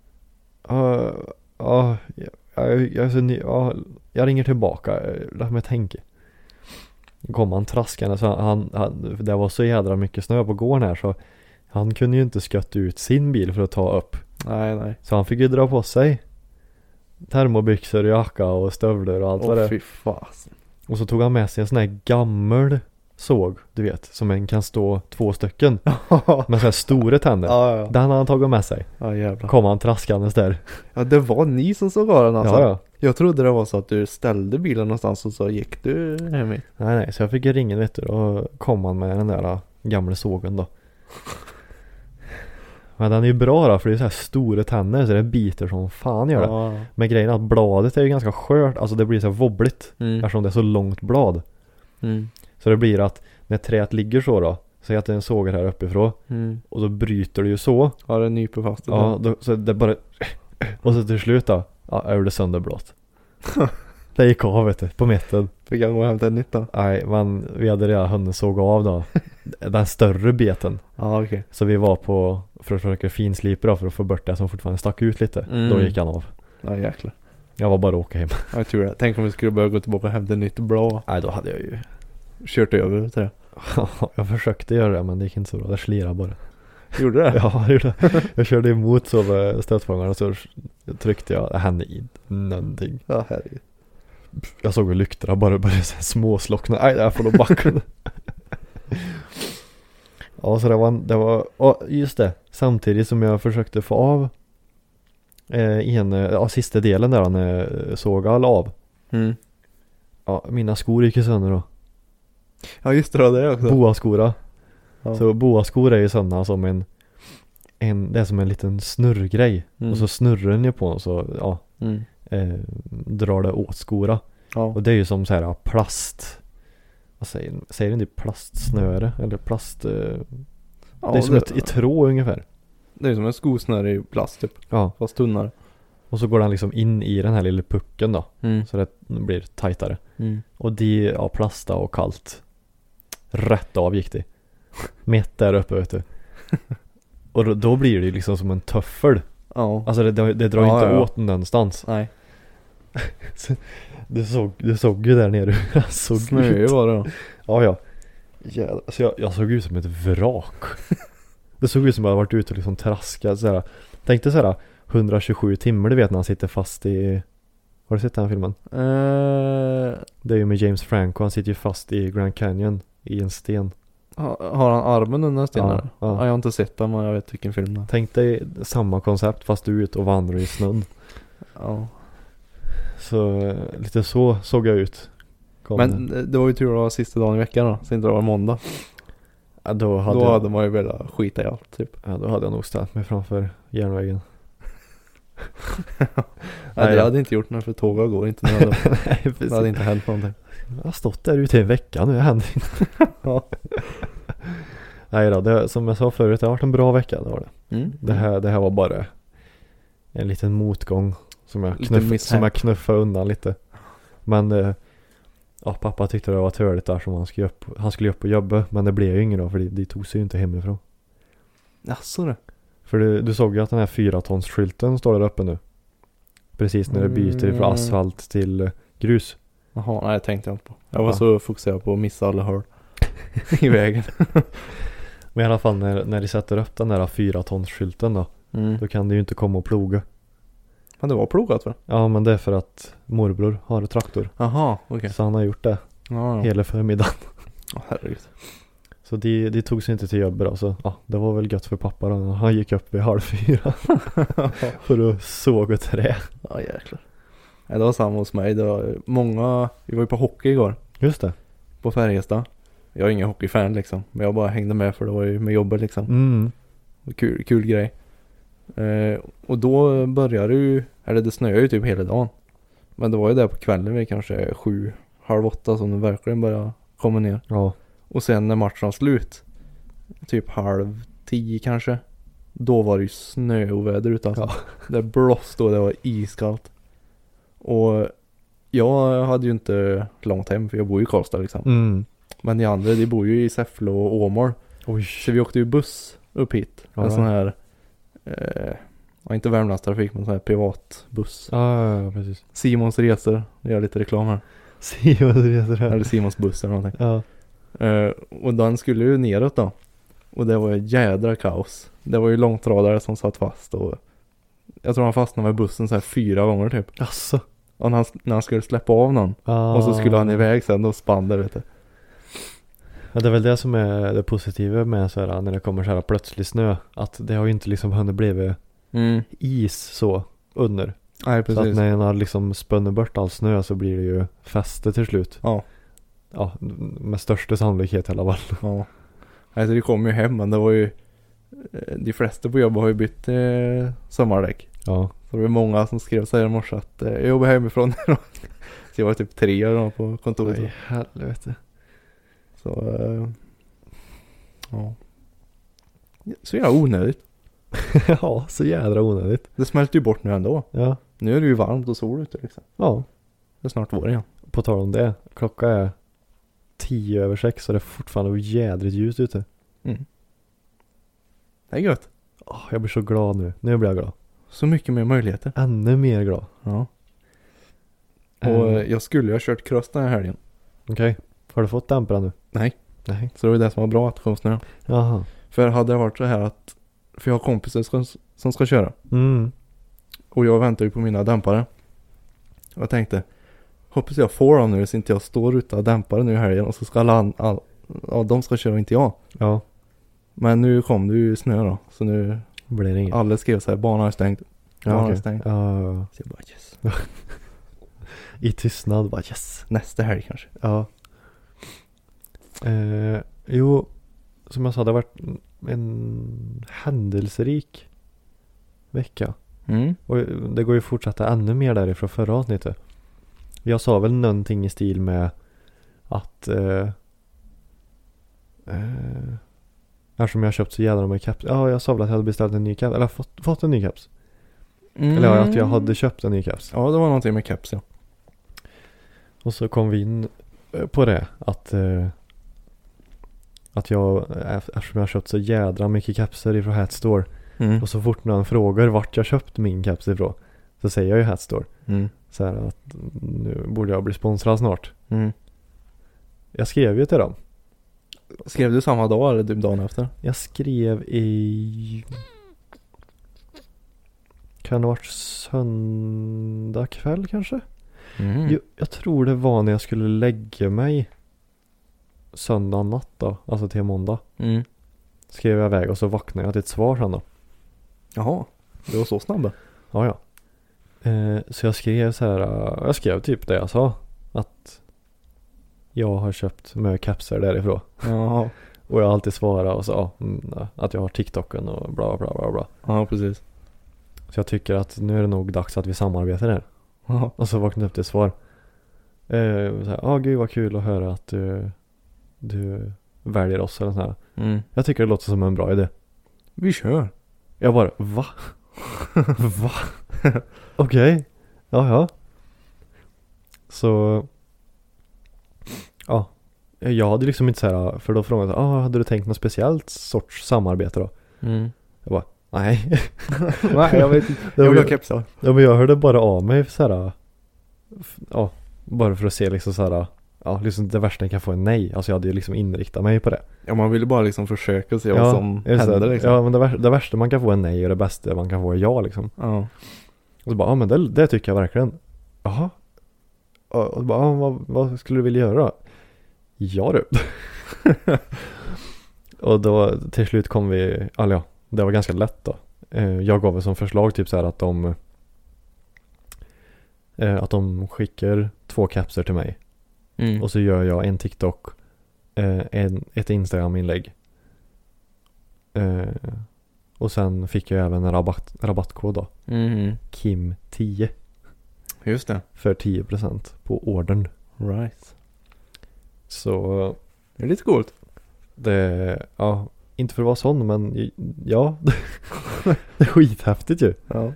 Jag är så ny. Ja, jag ringer tillbaka. Låt mig tänka. Kom han traskande så han det var så jädra mycket snö på gården här så han kunde ju inte skötta ut sin bil för att ta upp. Nej. Så han fick ju dra på sig termobyxor, jacka och stövlar och allt vad det är. Fy fasen. Och så tog han med sig en sån här gammal såg, du vet, som en kan stå 2 stycken. Med så här stora tänder. Ja. Den har han tagit med sig. Ja, jävlar. Kom han traskandes där. Ja, det var ni som såg av den alltså. Ja. Jag trodde det var så att du ställde bilen någonstans och så gick du hem hit. Nej, så jag fick ringa, vet du, och kom han med den där gamla sågen då. Men den är ju bra då, för det är så här stora tänder så det biter som fan gör det. Ja. Men grejen är att bladet är ju ganska skört, alltså det blir så här wobbligt eftersom det är så långt blad. Så det blir att när träet ligger så då, så att det är en såg här uppifrån och då bryter det ju så. Ja, det nyper fast det. Ja, då, så det bara och så till slut då, ja, jag gjorde sönder blått. Det gick av, vet du, på mitten. Fick jag gå och hämta en nytt då? Nej, men vi hade redan hunnit såga av då den större beten. Ja, okej. Så vi var på för att försöka finslipa då, för att få bort det som fortfarande stack ut lite. Då gick han av. Ja, jäklar. Jag var bara att åka hem. Jag tror det. Tänk om vi skulle börja gå tillbaka och hämta ett nytt blå. Nej, då hade jag ju kört över till det. Jag försökte göra det, men det gick inte så bra. Det slirade bara. Gjorde det? Ja, jag gjorde det. Jag körde emot så med stötfångaren och så tryckte jag. Det hände någonting. Ja, herregud. Jag såg hur lyktorna bara började småslockna. Nej, jag får nog backa. Ja, så det var just det. Samtidigt som jag försökte få av sista delen där när såg av. Ja, mina skor gick ju sönder då. Ja, just det också. Boaskora. Ja. Så boaskor är ju sådana som det är som en liten snurrgrej. Och så snurrar den ju på och så drar det åt skora. Ja. Och det är ju som så här plast. Vad säger ni? Plastsnöre eller plast. Ja, det är som ett tråd ungefär. Det är som en skosnöre i plast typ. Ja. Fast tunnare. Och så går den liksom in i den här lilla pucken då. Så det blir tajtare. Och det plasta och kallt. Rätt av gick det. Mitt där uppe, vet du. Och då blir det ju liksom som en töffel. Ja. Alltså det drar inte åt någonstans. Nej. Du såg ju där nere. Snö var det då. Ja. Jävlar. Alltså jag såg ut som ett vrak. Det såg ut som att jag hade varit ute och liksom traskat såhär. Tänkte såhär 127 timmar, du vet när han sitter fast i. Har du sett den här filmen? Det är ju med James Franco. Han sitter ju fast i Grand Canyon i en sten. Har han armen under stenen? Ja. Jag har inte sett den, men jag vet vilken film det är. Tänk dig samma koncept fast du är ute och vandrar i snön. Ja. Så lite så såg jag ut. Men det var ju tur att det var sista dagen i veckan då. Så inte det var måndag. Ja, då hade man ju velat skita i allt typ. Ja, då hade jag nog ställt mig framför järnvägen. Nej, det hade inte gjort något, för tåget går inte. Nej, det hade inte hänt någonting. Jag har stått där ute i en vecka nu, jag händer inte. Ja. Nej då, som jag sa förut, det har varit en bra vecka, det var det. Det här var bara en liten motgång som jag knuffade undan lite. Men pappa tyckte det var törligt där som han skulle upp och jobba, men det blev ju inget då, för det tog sig ju inte hemifrån. Jaså det? För du såg ju att den här 4-tons-skylten står där uppe nu. Precis när det byter från asfalt till grus. Jaha, nej, jag tänkte inte på. Jag var så fokuserad på att missa alla hål i vägen. Men i alla fall när de sätter upp den där 4-tons-skylten då. Då kan det ju inte komma och ploga. Men det var plogat va? Ja, men det är för att morbror har traktor. Jaha, okej. Så han har gjort det hela förmiddagen. Herregud. Så de tog sig inte till jobbet då. Så det var väl gött för pappa då. Han gick upp vid 3:30 för att såga trä. Ja, jäklar. Det var samma hos mig. Det var vi var ju på hockey igår. Just det. På Färjestad. Jag är ingen hockeyfan liksom. Men jag bara hängde med för det var ju med jobbet liksom. Kul grej. Och då började ju, det snöade ju typ hela dagen. Men det var ju där på kvällen vid kanske 7:30 som det verkligen började komma ner. Ja. Och sen när matchen var slut, typ 9:30 kanske, då var det ju snöoväder ute alltså. Ja. Det blåste och det var iskallt. Och jag hade ju inte långt hem, för jag bor ju i Karlstad liksom. Men de andra, de bor ju i Säffle och Åmål. Oj. Så vi åkte ju buss upp hit. En sån här inte Värmlandstrafik men så här privatbuss. Ja, precis. Simons resor, det gör lite reklam här. Simons resor här. Eller Simons buss eller någonting. Ja. Och den skulle ju neråt då. Och det var ju jädra kaos. Det var ju långtradare som satt fast och jag tror han fastnade med bussen så här 4 gånger typ. Asså. Och när han skulle släppa av någon. Och så skulle han iväg sen och spann där, vet du. Ja, det är väl det som är det positiva med så här, när det kommer så här plötslig snö. Att det har ju inte liksom hunnit blivit is så under. Nej, precis. Så att när den har liksom spänner bort all snö så blir det ju fäste till slut. Ja. Ja, med största sannolikhet i alla fall. Ja. Alltså det kom ju hem, men det var ju de flesta på jobbet har ju bytt sommardäck. Ja. Så det var många som skrev så här i morse att jag jobbar hemifrån. Så jag var typ 3 då på kontoret. Nej, helvete. Så ja. Så jävla onödigt. Ja, så jädra onödigt. Det smälter ju bort nu ändå. Ja. Nu är det ju varmt och sol ute liksom. Ja. Det är snart vår igen. På tal om det. Klockan är 6:10 så det är fortfarande jädrigt ljust ute. Mm. Det är gött. Jag blir så glad nu. Nu blir jag glad. Så mycket mer möjligheter. Ännu mer glad. Ja. Och jag skulle ju ha kört cross den här helgen. Okej. Har du fått dämpare nu? Nej. Nej. Så det var det som var bra att det kom snö. Jaha. För hade det varit så här att för jag har kompisar som ska köra. Mm. Och jag väntar ju på mina dämpare. Och jag tänkte, hoppas jag får dem nu så inte jag står utan dämpare nu i helgen. Och så ska de ska köra och inte jag. Ja. Men nu kom det ju snö då. Så nu blir det inget. Alla skrev så här, banan är stängd. Banan okay. är stängd. Så jag bara yes. I tystnad bara yes. Nästa helg kanske. Ja. Jo, som jag sa, det har varit en händelserik vecka. Och det går ju att fortsätta ännu mer därifrån förra avsnittet. Jag sa väl någonting i stil med att eftersom jag har köpt så jävla med caps. Ja, jag sa väl att jag hade beställt en ny caps. Eller fått en ny caps. Eller att jag hade köpt en ny caps. Ja, det var någonting med caps, ja. Och så kom vi in på det. Att jag, eftersom jag har köpt så jädra mycket capser ifrån Hatstore. Och så fort någon frågar vart jag köpt min caps ifrån, så säger jag ju Hatstore. Så här att nu borde jag bli sponsrad snart. Jag skrev ju till dem. Skrev du samma dag eller typ dagen efter? Jag skrev i... Kan det ha varit söndag kväll kanske? Jag tror det var när jag skulle lägga mig söndag natt då. Alltså till måndag. Skrev jag iväg och så vaknade jag till ett svar sen då. Jaha, det var så snabbt. Ja. Så jag skrev så här. Jag skrev typ det jag sa. Att jag har köpt med capser därifrån. Jaha. Och jag har alltid svarat och så att jag har TikToken och bla bla bla bla. Ja, precis. Så jag tycker att nu är det nog dags att vi samarbetar här. Jaha. Och så vaknade jag upp till svar. Så här, gud vad kul att höra att du väljer oss eller så här. Jag tycker det låter som en bra idé. Vi kör. Jag bara, va? Va? Okej. Ja. Så ja. Jag hade liksom inte så här, för då frågade jag, hade du tänkt något speciellt sorts samarbete då? Jag bara, nej. Nej, jag vet inte. Jag vill ha kepsar. Ja, men jag hörde bara av mig så här. Ja, bara för att se liksom så här. Ja, liksom det värsta jag kan få är nej. Alltså jag hade ju liksom inriktat mig på det. Ja, man ville bara liksom försöka se vad som händer liksom. Ja, men det värsta man kan få är nej och det bästa man kan få är ja liksom. Ja. Och så bara, men det tycker jag verkligen. Jaha. Och så bara, vad skulle du vilja göra då? Ja du. Och då till slut kom vi, det var ganska lätt då. Jag gav som förslag typ så här att de skickar 2 capser till mig. Och så gör jag en TikTok, ett Instagram-inlägg. Och sen fick jag även en rabattkod då. Kim 10. Just det. För 10% på ordern. Right. Så det är lite coolt. Inte för att vara sån, men ja. Det är skithäftigt ju. Ja.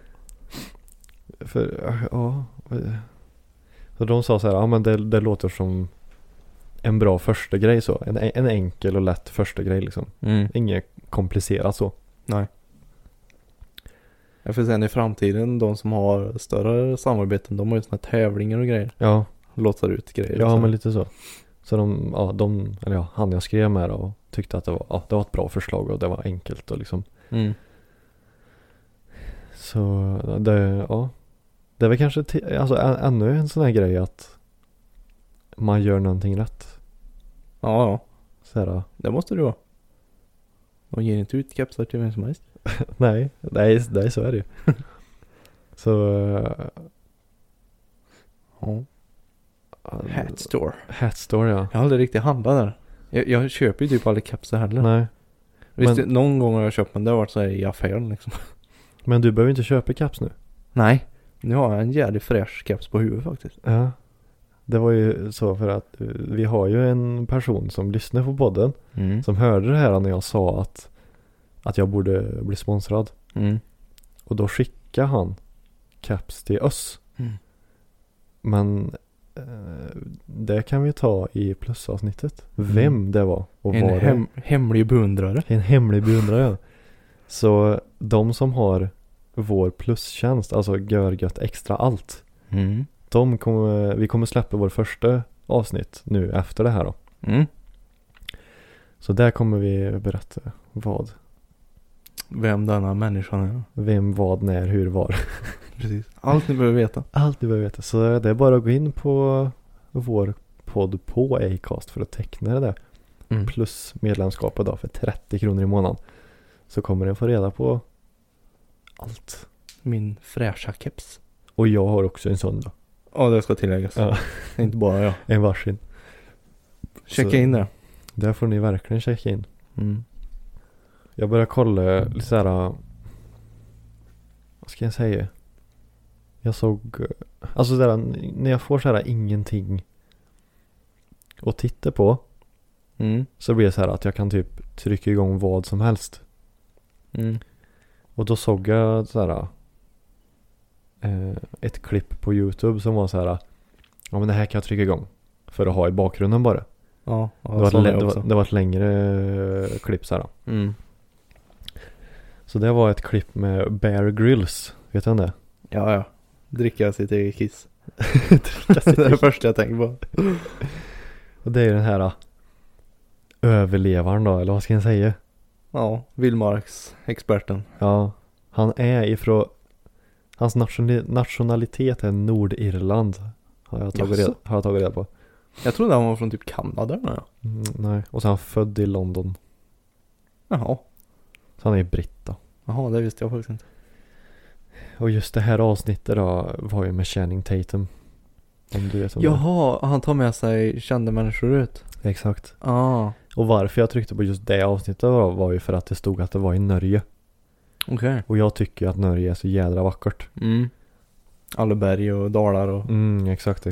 Så de sa så här, men det låter som en bra första grej så. En enkel och lätt första grej liksom. Inget komplicerat så. Nej. Jag får sen i framtiden, de som har större samarbeten, de har ju såna här tävlingar och grejer. Ja. Låtsar ut grejer. Ja, men lite så. Så han jag skrev med och tyckte att det var ett bra förslag och det var enkelt och liksom. Så det är väl kanske ännu en sån här grej att man gör någonting rätt. Ja. Så här, det måste du vara. De ger inte ut kapslar till vem som helst. nej, så är det ju. Så ja. Hat Store, ja. Jag har aldrig riktigt handlat där. Jag köper ju typ aldrig kapslar heller. Nej. Visst, någon gång har jag köpt, men det har varit så här i affären liksom. Men du behöver inte köpa kaps nu. Nej. Nu har jag en jävligt fräsch kaps på huvudet faktiskt. Ja. Det var ju så för att vi har ju en person som lyssnar på podden. Som hörde det här när jag sa att jag borde bli sponsrad. Och då skickade han caps till oss. Men det kan vi ta i plusavsnittet. Vem det var och en hemlig beundrare. En hemlig beundrare, ja. Så de som har vår plustjänst, alltså Görgött extra allt. Vi kommer släppa vår första avsnitt nu efter det här då. Så där kommer vi berätta vem denna människan är. Vem, vad, när, hur, var. Precis. Allt ni behöver veta. Allt ni behöver veta. Så det är bara att gå in på vår podd på Acast för att teckna det där. Plus medlemskapet då för 30 kronor i månaden. Så kommer ni få reda på allt. Min fräscha keps. Och jag har också en sån då. Ja, det ska tilläggas. Ja. Inte bara jag. En varsin. Checka in där. Där får ni verkligen checka in. Jag börjar kolla lite så här. Vad ska jag säga? Jag såg, alltså där, när jag får så här ingenting att titta på, så blir det så här att jag kan typ trycka igång vad som helst. Och då såg jag så här ett klipp på YouTube som var så här, ja men det här kan jag trycka igång för att ha i bakgrunden bara. Ja, det var ett längre klipp så här. Så det var ett klipp med Bear Grylls, vet du om det? Ja. Dricka sitt eget kiss. Det är det första jag tänker på. Och det är den här överlevaren då, eller vad ska jag säga? Ja, vildmarksexperten. Ja, han är ifrån, hans nationalitet är Nordirland. Har jag tagit reda på. Jag trodde han var från typ Kanada. Nej, och så är han född i London. Jaha. Så han är britt då. Jaha, det visste jag faktiskt inte. Och just det här avsnittet då var ju med Channing Tatum. Om du vet om Jaha, han tar med sig kända människor ut. Exakt. Och varför jag tryckte på just det avsnittet var ju för att det stod att det var i Norge. Okej. Och jag tycker att Norge är så jädra vackert. Alla berg och dalar och... Exakt.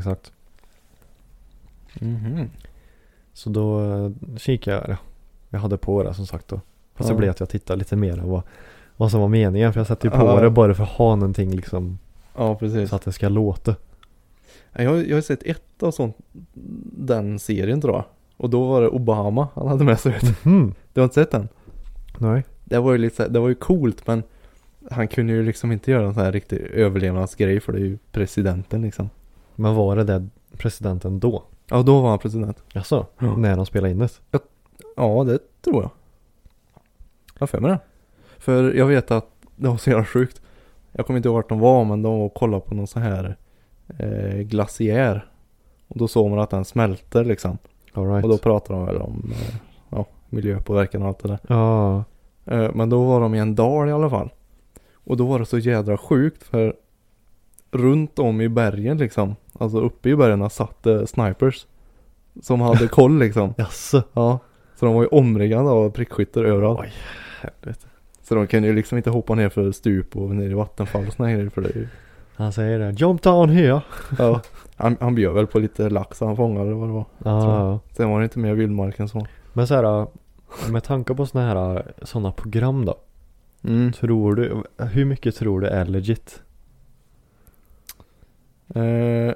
Så då kikade jag. Jag hade på det som sagt då. Fast så blev det att jag tittade lite mer vad som var meningen. För jag satte ju på det bara för att ha någonting liksom. Ja, precis. Så att det ska låta. Jag har sett ett av sånt, den serien tror jag. Och då var det Obama han hade med sig ut. Du har inte sett den? Nej. Det var ju coolt, men han kunde ju liksom inte göra en sån här riktig överlevnadsgrej, för det är ju presidenten liksom. Men var det presidenten då? Ja, då var han president. Jaså? Ja. När han spelade in det? Ja, det tror jag. Jag för mig det. För jag vet att det var så jävla sjukt. Jag kommer inte ihåg vart de var, men de var och kollade på någon så här glaciär. Och då såg man att den smälter liksom. All right. Och då pratade de väl om miljöpåverkan och allt det där. Ja. Men då var de i en dal i alla fall. Och då var det så jädra sjukt, för runt om i bergen liksom, alltså uppe i bergen satt snipers som hade koll liksom. Jaså? Ja. Så de var ju omringade av prickskyttar överallt. Oj, helvete. Så de kunde ju liksom inte hoppa ner för stup och ner i vattenfall och såna grejer, för det är ju... Han säger det, jump down here. Ja, han bjöd väl på lite lax han fångade, vad det var. Ja. Sen var det inte mer vildmarken så. Men så här, med tanke på såna program då. Tror du, hur mycket tror du är legit?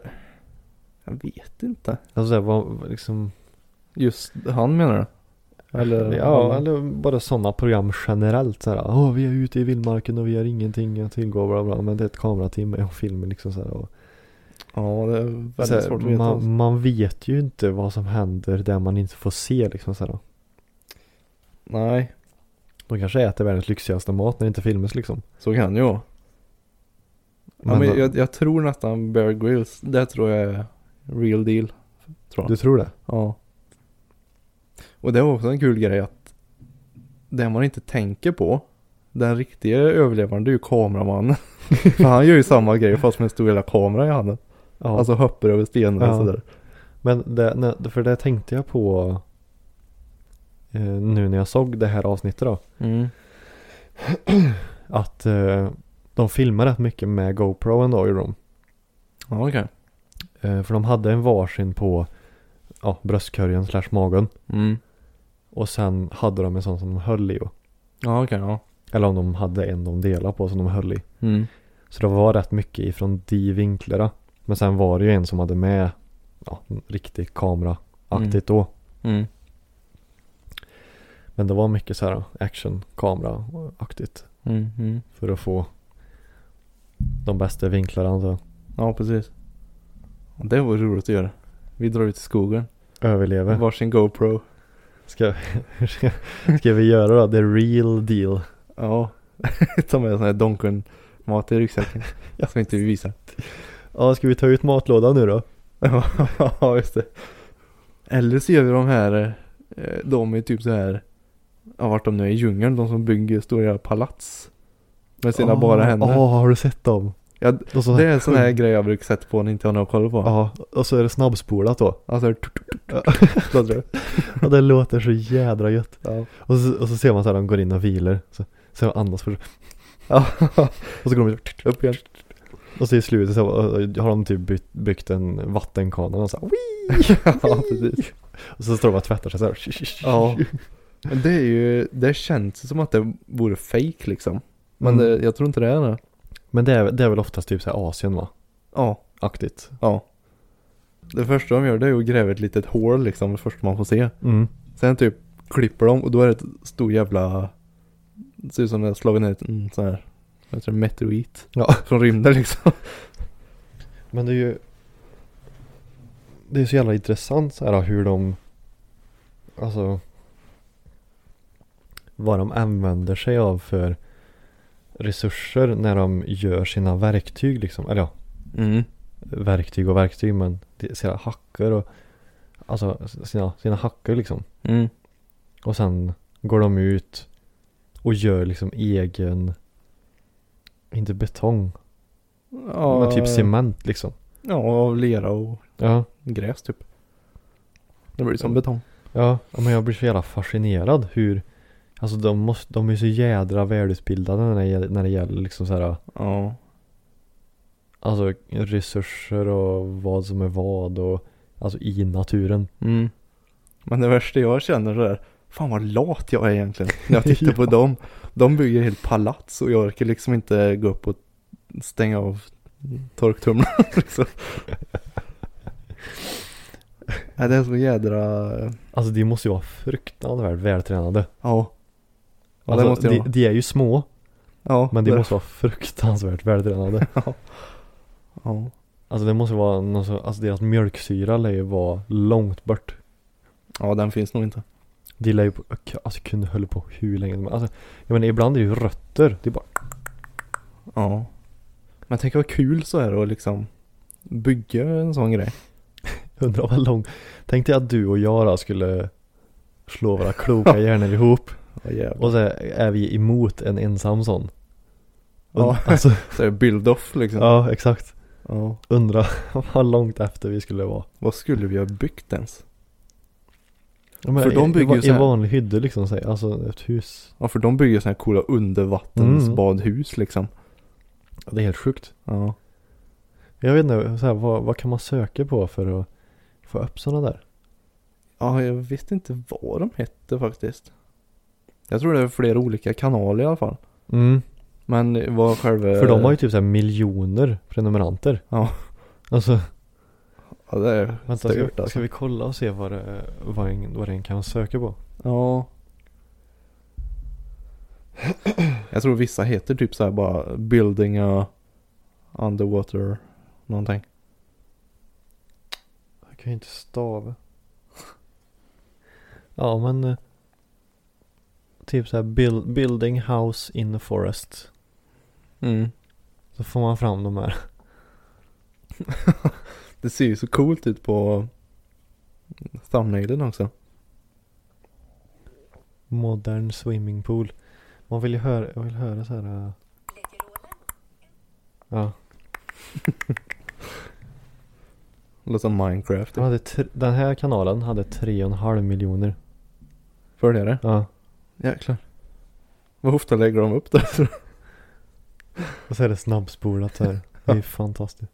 Jag vet inte. Alltså vad liksom... Just han menar du? Eller bara sådana program generellt så här. Vi är ute i vildmarken och vi har ingenting att tillgå, bla bla, men det är ett kamerateam och filmer liksom så här. Och ja, det är väldigt svårt att veta. Man vet ju inte vad som händer där man inte får se liksom så här. Nej. De kanske äter världens lyxigaste mat när det inte filmas liksom. Så kan det ju vara. Men jag tror nästan Bear Grylls, det tror jag är real deal. Tror jag. Du tror det? Ja. Och det var också en kul grej att det man inte tänker på, den riktiga överlevaren, det är ju kameramannen. För han gör ju samma grej fast med en stor jävla kamera i handen. Ja. Alltså hoppar över stenar och sådär. Men för det tänkte jag på nu när jag såg det här avsnittet då. Att de filmar rätt mycket med GoPro ändå, gjorde de. Ja, okej. För de hade en varsin på bröstkorgen / magen. Och sen hade de en sån som de höll i. Ja, okej, ja. Eller om de hade en de delade på som de höll i. Så det var rätt mycket ifrån de vinklarna. Men sen var det ju en som hade med en riktig kamera-aktigt då. Men det var mycket så här action-kamera-aktigt. För att få de bästa vinklarna alltså. Ja, precis. Det var roligt att göra. Vi drar ut i skogen. Överlever. Varsin GoPro. Ska vi göra då? The real deal. Ja. Ta med en sån här Donken mat i ryggsäcken. Jag ska inte visa. Ja, ska vi ta ut matlådan nu då? Ja, just det. Eller så gör vi de här, de är typ så här, vart de nu är i djungeln, de som bygger stora palats med sina bara händer. Har du sett dem? Ja, det är en sån här grej jag brukar sätta på när inte har någon koll på. Ja, och så är det snabbspolat då. Alltså, ja, det låter så jädra gött. Ja. Och så ser man så här, de går in och vilar. Så andas för. Ja. Och så går de upp igen. Och så i slutet så har de typ byggt en vattenkana och så här, ja, precis. Och så står de och tvättar sig så här. Ja. Men det är ju, det känns som att det vore fake liksom. Men jag tror inte det är det. Men det är väl oftast typ så här Asien, va? Ja. Aktigt. Ja. Det första de gör, det är att gräva ett litet hål liksom, det första man får se. Sen typ klipper de och då är det ett stor jävla, det ser ut som det har slagit ner en sån här, jag tror meteorit. Ja. Från rymden liksom. Men det är så jävla intressant så här hur de, alltså vad de använder sig av för resurser när de gör sina verktyg liksom, eller verktyg men sina hackor och alltså sina hackor liksom. Och sen går de ut och gör liksom egen, inte betong, men typ cement liksom. Ja, och lera och gräs typ. Det blir som betong. Ja, men jag blir så jävla fascinerad hur, alltså de är så jädra välutbildade när det gäller liksom så här. Ja. Alltså resurser och vad som är vad och alltså i naturen. Men det värsta jag känner är, fan vad lat jag är egentligen när jag tittar på dem. De bygger helt palats och jag orkar liksom inte gå upp och stänga av torktumlaren liksom. Ja, det är så jädra. Alltså de måste ju vara fruktansvärt vältränade. Ja. Alltså, det måste de är ju små. Ja. Men de måste vara fruktansvärt vältränade. Ja. Alltså det måste vara någon så, alltså deras mjölksyra lär ju vara långt bort. Ja, den finns nog inte. De lär ju alltså kunde hålla på hur länge som, alltså jag menar ibland är det ju rötter. Det är bara. Ja. Men tänk vad kul så är det att liksom bygga en sån grej. Undrar vad lång. Tänkte att du och jag då skulle slå våra kloka hjärnor ihop. Och så är vi emot en ensam sån. Ja, alltså, så är det build off liksom. Ja, exakt. Ja. Undrar vad långt efter vi skulle vara. Vad skulle vi ha byggt ens? Ja, men för de bygger ju en vanlig hydde liksom, alltså ett hus. Ja, för de bygger såna här coola undervattensbadhus liksom. Ja, det är helt sjukt. Ja. Jag vet inte, så här, vad kan man söka på för att få upp såna där? Ja, jag vet inte vad de hette faktiskt. Jag tror det är flera olika kanaler i alla fall. Men vad själva... För de har ju typ så här miljoner prenumeranter. Ja. Alltså... Ja, det är vänta, ska vi kolla och se vad en kan söka på? Ja. Jag tror vissa heter typ så här bara building a underwater någonting. Jag kan ju inte stava. Ja, men typ så här building house in the forest. Så får man fram de här. Det ser ju så coolt ut på thumbnailen också. Modern swimming pool. Jag vill höra så här. Ja. Låter som Minecraft. Den här kanalen hade 3,5 miljoner följare. Ja. Jäklar. Vad ofta lägger de upp det? Och så är det snabbspolat här. Det är fantastiskt.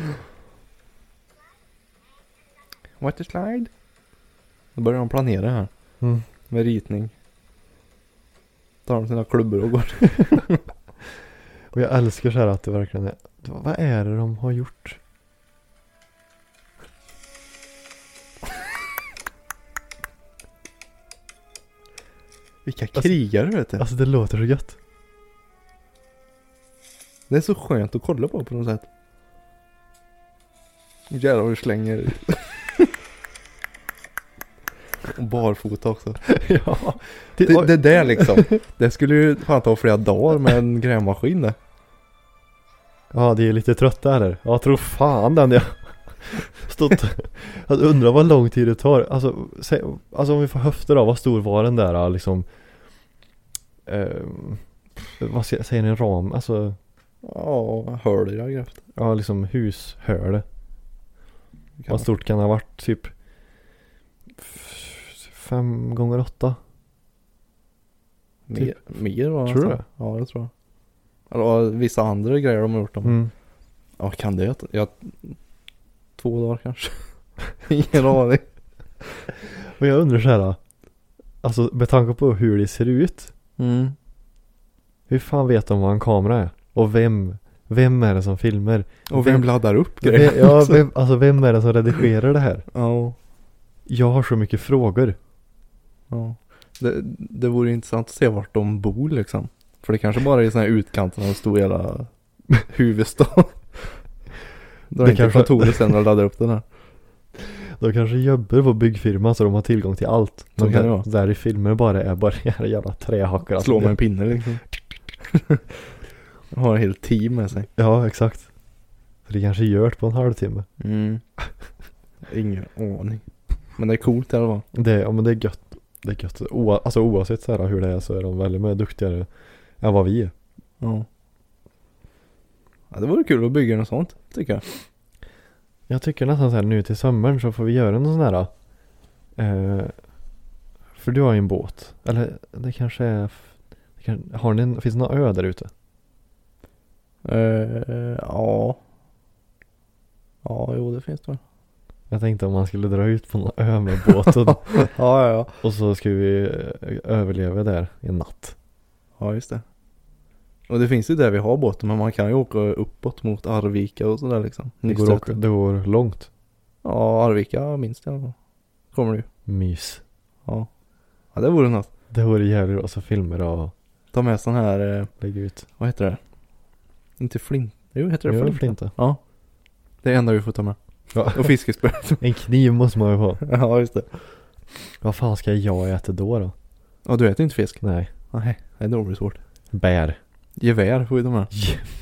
What a slide. Då börjar de planera här. Med ritning. Tar de sina klubbor och går. Och jag älskar så här att det verkligen är. Vad är det de har gjort? Vilka krigare vet du. Alltså det låter så gött. Det är så skönt att kolla på något sätt. Jävlar vad du slänger. Och barfota också. Ja. Det där liksom. Det skulle ju fan ta flera dagar med en grävmaskin där. Ja, det är lite trött där. Jag tror fan den jag stått. Jag undrar vad lång tid det tar. Alltså om vi får höfter då, vad stor var den där liksom? Vad säger ni, en ram? Alltså ja, hörde jag grävt. Ja, liksom hushörde. Vad stort kan det ha varit? Typ 5x8. Mer va? Tror du det? Ja, det tror jag. Eller vissa andra grejer de har gjort dem. Ja, kan det? Jag 2 dagar kanske. Ingen aning. Och jag undrar så här. Alltså med tanke på hur det ser ut. Hur fan vet de vad en kamera är? Och vem är det som filmer? Och vem laddar upp grejer? Ja, vem är det som redigerar det här? Ja. Jag har så mycket frågor. Ja. Det vore intressant att se vart de bor liksom. För det kanske bara är såna här utkanten av en stor hela huvudstad. Då är det inte kontoret sen och laddar upp den här. De kanske jobbar på byggfirma så de har tillgång till allt. Så kan det vara. Där i filmer bara är jävla trähackare. Slå med en pinne liksom. De har ett helt team med sig. Ja, exakt. Så det kanske gör det på en halvtimme. Ingen aning. Men det är coolt i alla fall. Men det är gött. Det är gött. Alltså oavsett så här hur det är så är de väldigt mer duktigare än vad vi är. Ja. Ja, det vore kul att bygga något sånt, tycker jag. Jag tycker nästan så här nu till sommaren så får vi göra någon sån här. För du har ju en båt. Eller det kanske är. Finns det några ö där ute? Ja. Ja, jo det finns det. Jag tänkte om man skulle dra ut på någon ö med båten. Ja. Och så ska vi överleva där i natt. Ja, just det. Och det finns ju där vi har båten, men man kan ju åka uppåt mot Arvika och sådär liksom. Det går långt. Ja, Arvika minst i alla fall. Kommer du. Mys. Ja. Ja, det vore något. Det vore jävligt bra, så filmer och ta med sån här lägga ut. Vad heter det? Inte flint. Jo, heter det flinta? Ja. Det är enda vi får ta med. Ja. Och fiskespö. En kniv måste man ju ha. Ja, just det. Vad fan ska jag äta då? Ja, du äter inte fisk? Nej. Nej, det blir svårt. Bär. Gevär får vi ta med.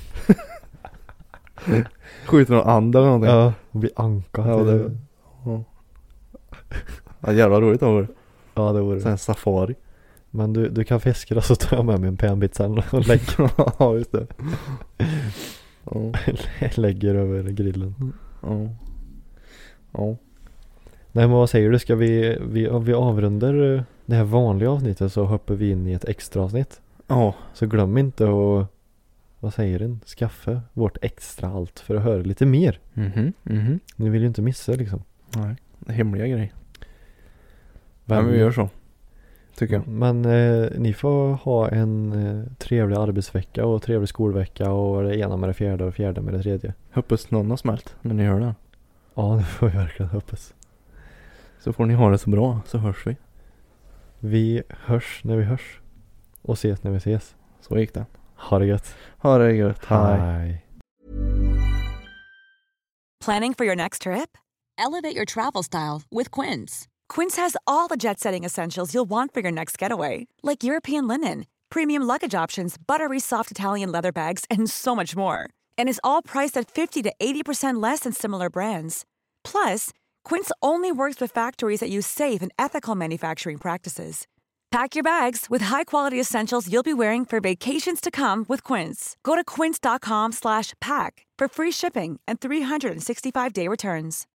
Skjuter någon and eller någonting. Ja, och blir anka. Ja, det. Ja, jävla roligt det vore. Ja, det vore. Sen safari. Men du kan fiska då, så tar jag med mig en pannbit sen och lägger. Ja, just det. Lägger över grillen. Ja. Nej, men vad säger du? Ska vi avrundar det här vanliga avsnittet så hoppar vi in i ett extra avsnitt. Ja. Så glöm inte att, vad säger den? Skaffa vårt extra allt för att höra lite mer. Ni vill ju inte missa liksom. Nej, det är hemliga grejer. Men vi gör så. Tycker jag. Men ni får ha en trevlig arbetsvecka och trevlig skolvecka och det ena med det fjärde och fjärde med det tredje. Hoppas någon har smält när ni hör det. Ja, det får jag verkligen hoppas. Så får ni ha det så bra, så hörs vi. Vi hörs när vi hörs. Och ses när vi ses. Så gick det. Ha det gött. Ha det gött. Hej. Hej. Planning for your next trip? Elevate your travel style with Quince. Quince has all the jet-setting essentials you'll want for your next getaway, like European linen, premium luggage options, buttery soft Italian leather bags, and so much more. And is all priced at 50 to 80% less than similar brands. Plus, Quince only works with factories that use safe and ethical manufacturing practices. Pack your bags with high-quality essentials you'll be wearing for vacations to come with Quince. Go to quince.com/pack for free shipping and 365-day returns.